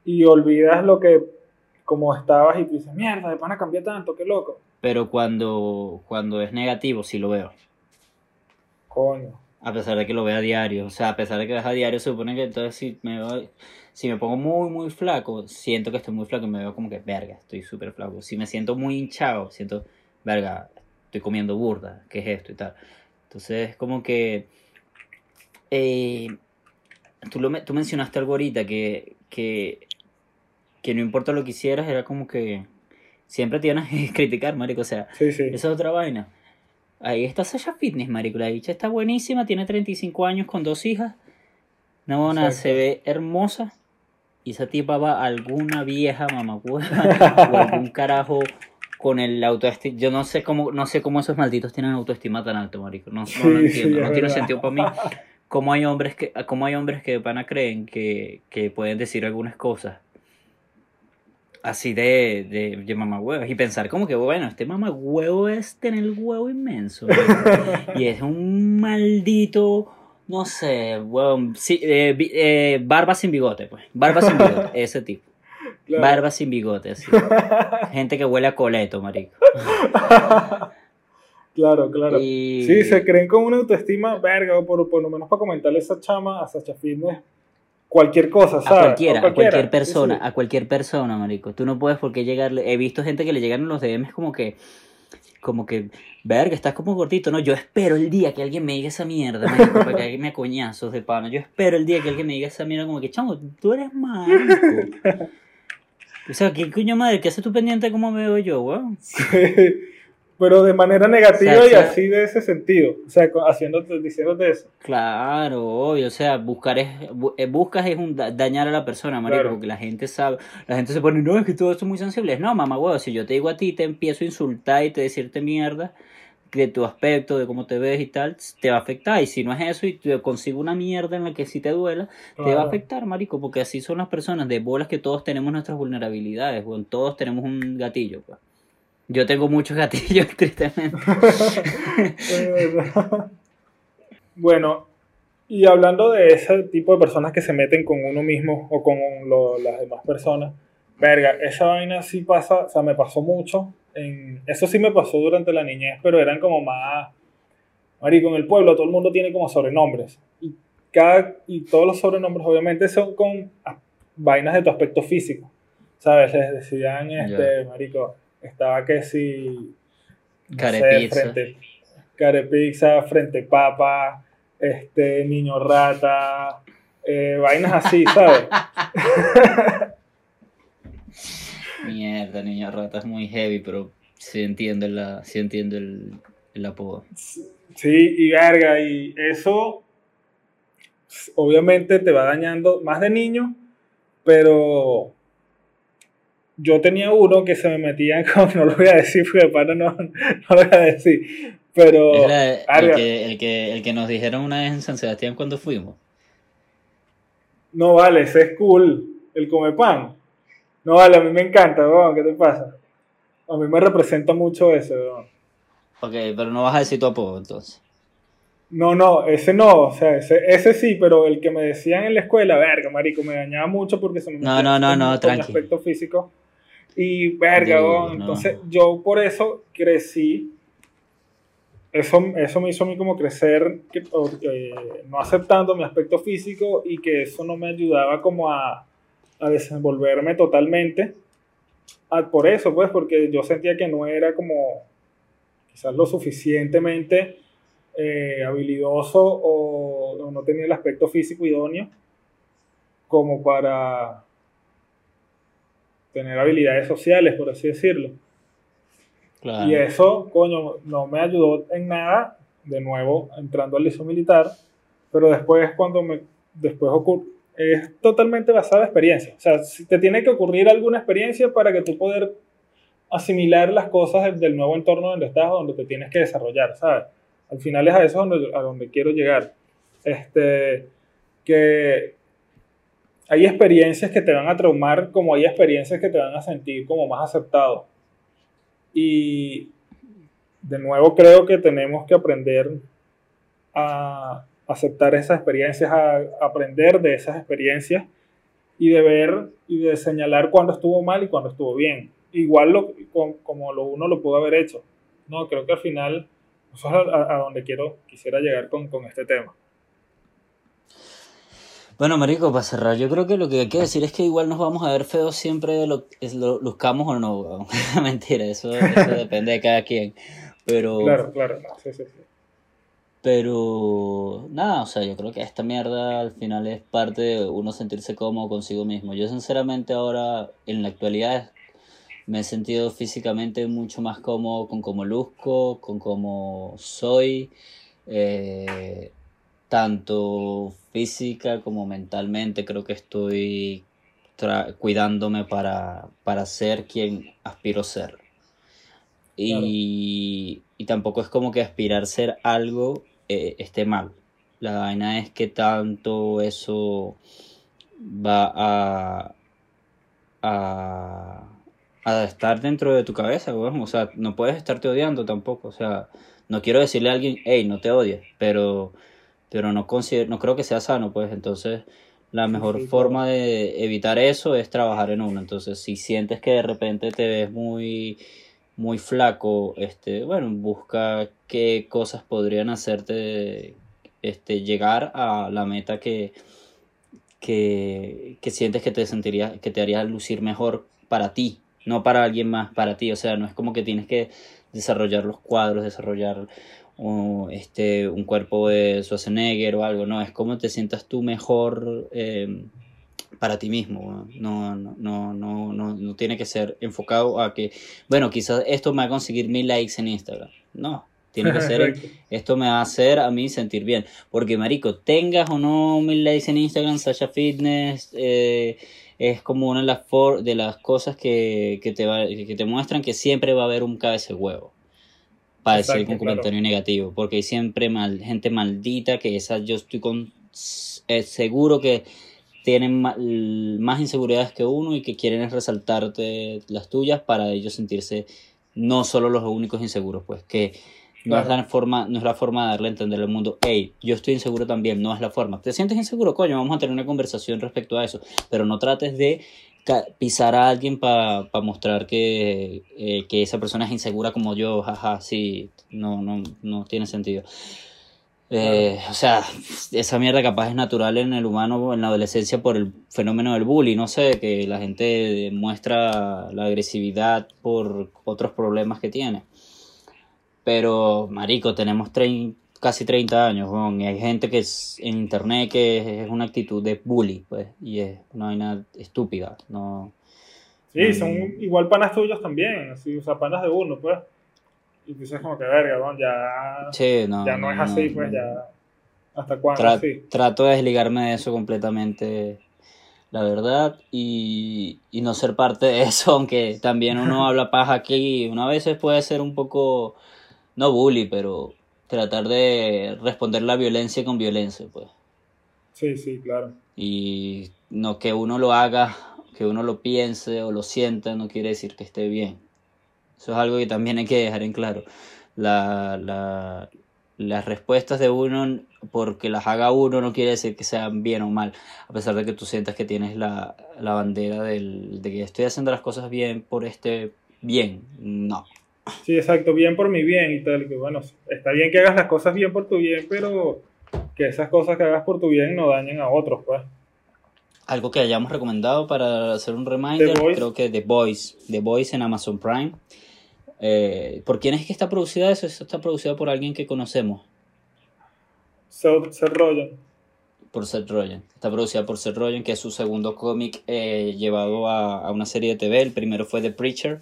y olvidas lo que, como estabas y tú dices, mierda, de pana cambié tanto, qué loco. Pero cuando, cuando es negativo, sí lo veo. Coño. A pesar de que lo vea a diario. O sea, a pesar de que lo vea a diario, se supone que entonces si me veo, si me pongo muy, muy flaco, siento que estoy muy flaco y me veo como que, verga, estoy súper flaco. Si me siento muy hinchado, siento, verga, estoy comiendo burda, ¿qué es esto y tal? Entonces, como que... Eh, tú, lo, tú mencionaste algo ahorita, que, que, que no importa lo que hicieras, era como que siempre te iban a criticar, marico. O sea, Sí, sí. esa es otra vaina. Ahí está Sasha Fitness, marico. La bicha está buenísima, tiene treinta y cinco años con dos hijas. No, bona, se Exacto. ve hermosa. Y esa tipa va a alguna vieja mamacueva o algún carajo con el autoestima. Yo no sé cómo, no sé cómo esos malditos tienen autoestima tan alto, marico. No, no lo Sí, sí, entiendo. es No tiene verdad. sentido para mí. Cómo hay hombres que, cómo hay hombres que de pana creen que, que pueden decir algunas cosas así de, de, de mamagüevos y pensar como que, bueno, este mamagüevo es tener el huevo inmenso, marico. Y es un maldito, no sé, huevón, sí, eh, bi- eh, barba sin bigote, pues, barba sin bigote, ese tipo, Claro. barba sin bigote, así, gente que huele a coleto, marico. Claro, claro. Sí, se Y creen con una autoestima, verga, o por, por lo menos para comentarle a esa chama, a Sacha Fitness, cualquier cosa, a ¿sabes? O cualquiera, a cualquier cualquiera, sí, persona, sí. a cualquier persona, marico, tú no puedes por qué llegarle, he visto gente que le llegan los D Ms como que, como que, verga, estás como gordito, ¿no? Yo espero el día que alguien me diga esa mierda, marico, para que alguien me coñazos de pana. Yo espero el día que alguien me diga esa mierda como que, chamo, tú eres marico. O sea, ¿qué coño madre? ¿Qué haces tú pendiente de cómo me veo yo, weón? Sí. Pero de manera O sea, negativa y esa, así de ese sentido. O sea, co- haciéndote, diciéndote eso. claro, obvio, o sea, buscar es, bu- eh, buscas es un da- dañar a la persona, marico, Claro, porque la gente sabe, la gente se pone, no, es que todo esto es muy sensible. No, mamá, huevo, si yo te digo a ti, te empiezo a insultar y te decirte mierda de tu aspecto, de cómo te ves y tal, te va a afectar. Y si no es eso y te consigo una mierda en la que sí te duela, te va a claro. afectar, marico, porque así son las personas, de bolas que todos tenemos nuestras vulnerabilidades, weón, todos tenemos un gatillo, pues. Yo tengo muchos gatillos, tristemente. Bueno, y hablando de ese tipo de personas que se meten con uno mismo o con lo- las demás personas, verga, esa vaina sí pasa, o sea, me pasó mucho. En, eso sí me pasó durante la niñez, pero eran como más, marico, en el pueblo todo el mundo tiene como sobrenombres. Y, cada, y todos los sobrenombres obviamente son con ah, vainas de tu aspecto físico. ¿Sabes? Les decían, Ya. este, marico, estaba que si, no sé, Carepizza. frente, carepizza, frente papa, este, niño rata, eh, vainas así, ¿sabes? Mierda, niño rata es muy heavy, pero sí entiendo, la, sí entiendo el, el apodo. Sí, y verga, y eso obviamente te va dañando más de niño, pero yo tenía uno que se me metía con, no lo voy a decir porque de pana no, no lo voy a decir, Es pero, la, el, verga, que, el, que, el que nos dijeron una vez en San Sebastián cuando fuimos. no vale, ese es cool, el come pan. No vale, a mí me encanta, weón, ¿qué te pasa? A mí me representa mucho ese, weón. Ok, pero no vas a decir tu apodo entonces. No, no, ese no, o sea, ese, ese sí, pero el que me decían en la escuela, verga, marico, me dañaba mucho porque se me No, metían no, no, con, no, con mi tranqui. aspecto físico. Y verga, Dude, weón, entonces no. yo por eso crecí, eso, eso me hizo a mí como crecer, que, o, eh, no aceptando mi aspecto físico y que eso no me ayudaba como a, a desenvolverme totalmente. Ah, por eso, pues, porque yo sentía que no era como quizás lo suficientemente eh, habilidoso o, o no tenía el aspecto físico idóneo como para tener habilidades sociales, por así decirlo. Y Claro. eso, coño, no me ayudó en nada, de nuevo, entrando al liceo militar, pero después cuando me, después ocurre, es totalmente basada en experiencia. O sea, si te tiene que ocurrir alguna experiencia para que tú poder asimilar las cosas del, del nuevo entorno donde estás, donde te tienes que desarrollar, ¿sabes? Al final es a eso donde, a donde quiero llegar. Este, que hay experiencias que te van a traumar como hay experiencias que te van a sentir como más aceptado. Y de nuevo creo que tenemos que aprender a aceptar esas experiencias, a aprender de esas experiencias y de ver y de señalar cuándo estuvo mal y cuándo estuvo bien. Igual lo, como lo uno lo pudo haber hecho. No, creo que al final eso es a, a donde quiero, quisiera llegar con, con este tema. Bueno, marico, para cerrar, yo creo que lo que hay que decir es que igual nos vamos a ver feos siempre de lo, es lo luzcamos o no, weón. Mentira, eso, eso depende de cada quien. Pero, Claro, claro, no, sí, sí, sí. pero, nada, o sea, yo creo que esta mierda al final es parte de uno sentirse cómodo consigo mismo. Yo sinceramente ahora, en la actualidad, me he sentido físicamente mucho más cómodo con cómo luzco, con cómo soy. Eh, Tanto física como mentalmente creo que estoy tra- cuidándome para, para ser quien aspiro ser. Claro. Y, y tampoco es como que aspirar ser algo eh, esté mal. La vaina es que tanto eso va a, a, a estar dentro de tu cabeza, weón. O sea, no puedes estarte odiando tampoco. O sea, no quiero decirle a alguien, hey, no te odies, pero pero no considero, no creo que sea sano, pues entonces la Sí, mejor sí, claro. forma de evitar eso es trabajar en uno. Entonces, si sientes que de repente te ves muy muy flaco, este, bueno, busca qué cosas podrían hacerte este llegar a la meta que que, que sientes que te sentiría, que te haría lucir mejor para ti, no para alguien más, para ti. O sea, no es como que tienes que desarrollar los cuadros, desarrollar uh, este, un cuerpo de Schwarzenegger o algo, no, es como te sientas tú mejor eh, para ti mismo. No, no, no, no, no, no tiene que ser enfocado a que, bueno, quizás esto me va a conseguir mil likes en Instagram. No, tiene que ser, Exacto. esto me va a hacer a mí sentir bien. Porque, marico, tengas o no mil likes en Instagram, Sasha Fitness, eh, es como una de las, for de las cosas que, que, te va, que te muestran que siempre va a haber un cabeza de huevo para decir un Exacto, claro. comentario negativo. Porque hay siempre mal, gente maldita que esa yo estoy con, eh, seguro que tienen ma- más inseguridades que uno y que quieren es resaltarte las tuyas para ellos sentirse no solo los únicos inseguros, pues que no es Claro. la forma, no es la forma de darle a entender al mundo, hey, yo estoy inseguro también, no es la forma. ¿Te sientes inseguro? Coño, vamos a tener una conversación respecto a eso, pero no trates de ca- pisar a alguien para pa mostrar que, eh, que esa persona es insegura como yo, jaja, sí, no, no, no tiene sentido. Claro. Eh, o sea, esa mierda capaz es natural en el humano en la adolescencia por el fenómeno del bullying, no sé, que la gente muestra la agresividad por otros problemas que tiene. Pero, marico, tenemos trein- casi treinta años, weón, y hay gente que es en internet que es una actitud de bully, pues, y es una vaina estúpida, no, Sí, no, son no, no. igual panas tuyos también, así, o sea, panas de uno, pues. Y tú dices como que verga, ¿no? Ya, Sí, no, ya no es no, no, así, pues no. ya, ¿hasta cuándo Tra- así? trato de desligarme de eso completamente, la verdad, y, y no ser parte de eso, aunque también uno habla paja aquí, una vez puede ser un poco, no bully, pero tratar de responder la violencia con violencia, pues. Sí, sí, claro. Y no que uno lo haga, que uno lo piense o lo sienta, no quiere decir que esté bien. Eso es algo que también hay que dejar en claro. La, la, las respuestas de uno, porque las haga uno, no quiere decir que sean bien o mal. A pesar de que tú sientas que tienes la, la bandera del, de que estoy haciendo las cosas bien por este bien. No. Sí, exacto, bien por mi bien y tal, que bueno, está bien que hagas las cosas bien por tu bien, pero que esas cosas que hagas por tu bien no dañen a otros, pues. Algo que hayamos recomendado para hacer un The reminder, Voice, creo que The Voice. The Voice en Amazon Prime. Eh, ¿Por quién es que está producida eso? Eso está producido por alguien que conocemos. Seth, Seth Rogen. Por Seth Rogen. Está producida por Seth Rogen, que es su segundo cómic eh, llevado a, a una serie de T V. El primero fue The Preacher.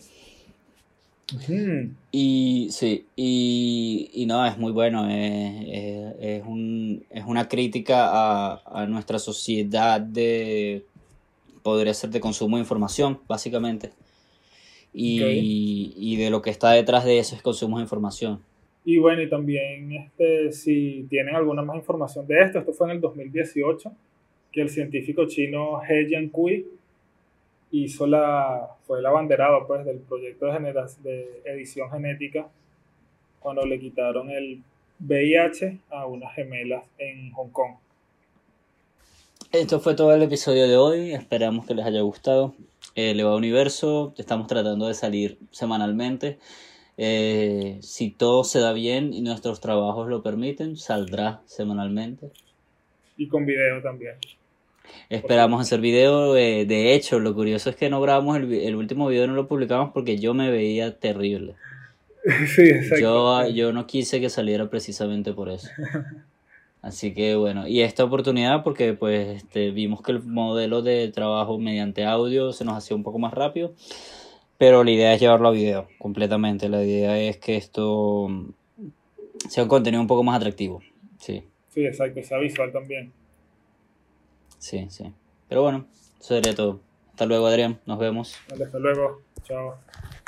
Ujú. Y sí, y, y no, es muy bueno. Es, es, es un, es una crítica a, a nuestra sociedad de, podría ser de consumo de información, básicamente. Ok. Y, y de lo que está detrás de eso es consumo de información. Y bueno, y también este, si tienen alguna más información de esto, esto fue en el dos mil dieciocho, que el científico chino He Jiankui hizo la, fue el abanderado pues, del proyecto de, genera- de edición genética cuando le quitaron el V I H a unas gemelas en Hong Kong. Esto fue todo el episodio de hoy. Esperamos que les haya gustado. Eh, Elevado Universo, estamos tratando de salir semanalmente. Eh, si todo se da bien y nuestros trabajos lo permiten, saldrá semanalmente. Y con video también. Esperamos hacer video. Eh, de hecho, lo curioso es que no grabamos el, el último video, no lo publicamos porque yo me veía terrible. Sí, exacto. Yo, yo no quise que saliera precisamente por eso. Así que bueno, y esta oportunidad porque pues este, vimos que el modelo de trabajo mediante audio se nos hacía un poco más rápido, pero la idea es llevarlo a video completamente. La idea es que esto sea un contenido un poco más atractivo. Sí, Sí, exacto, sea visual también. sí, sí. Pero bueno, eso sería todo. Hasta luego, Adrián. Nos vemos. Vale, hasta luego. Chao.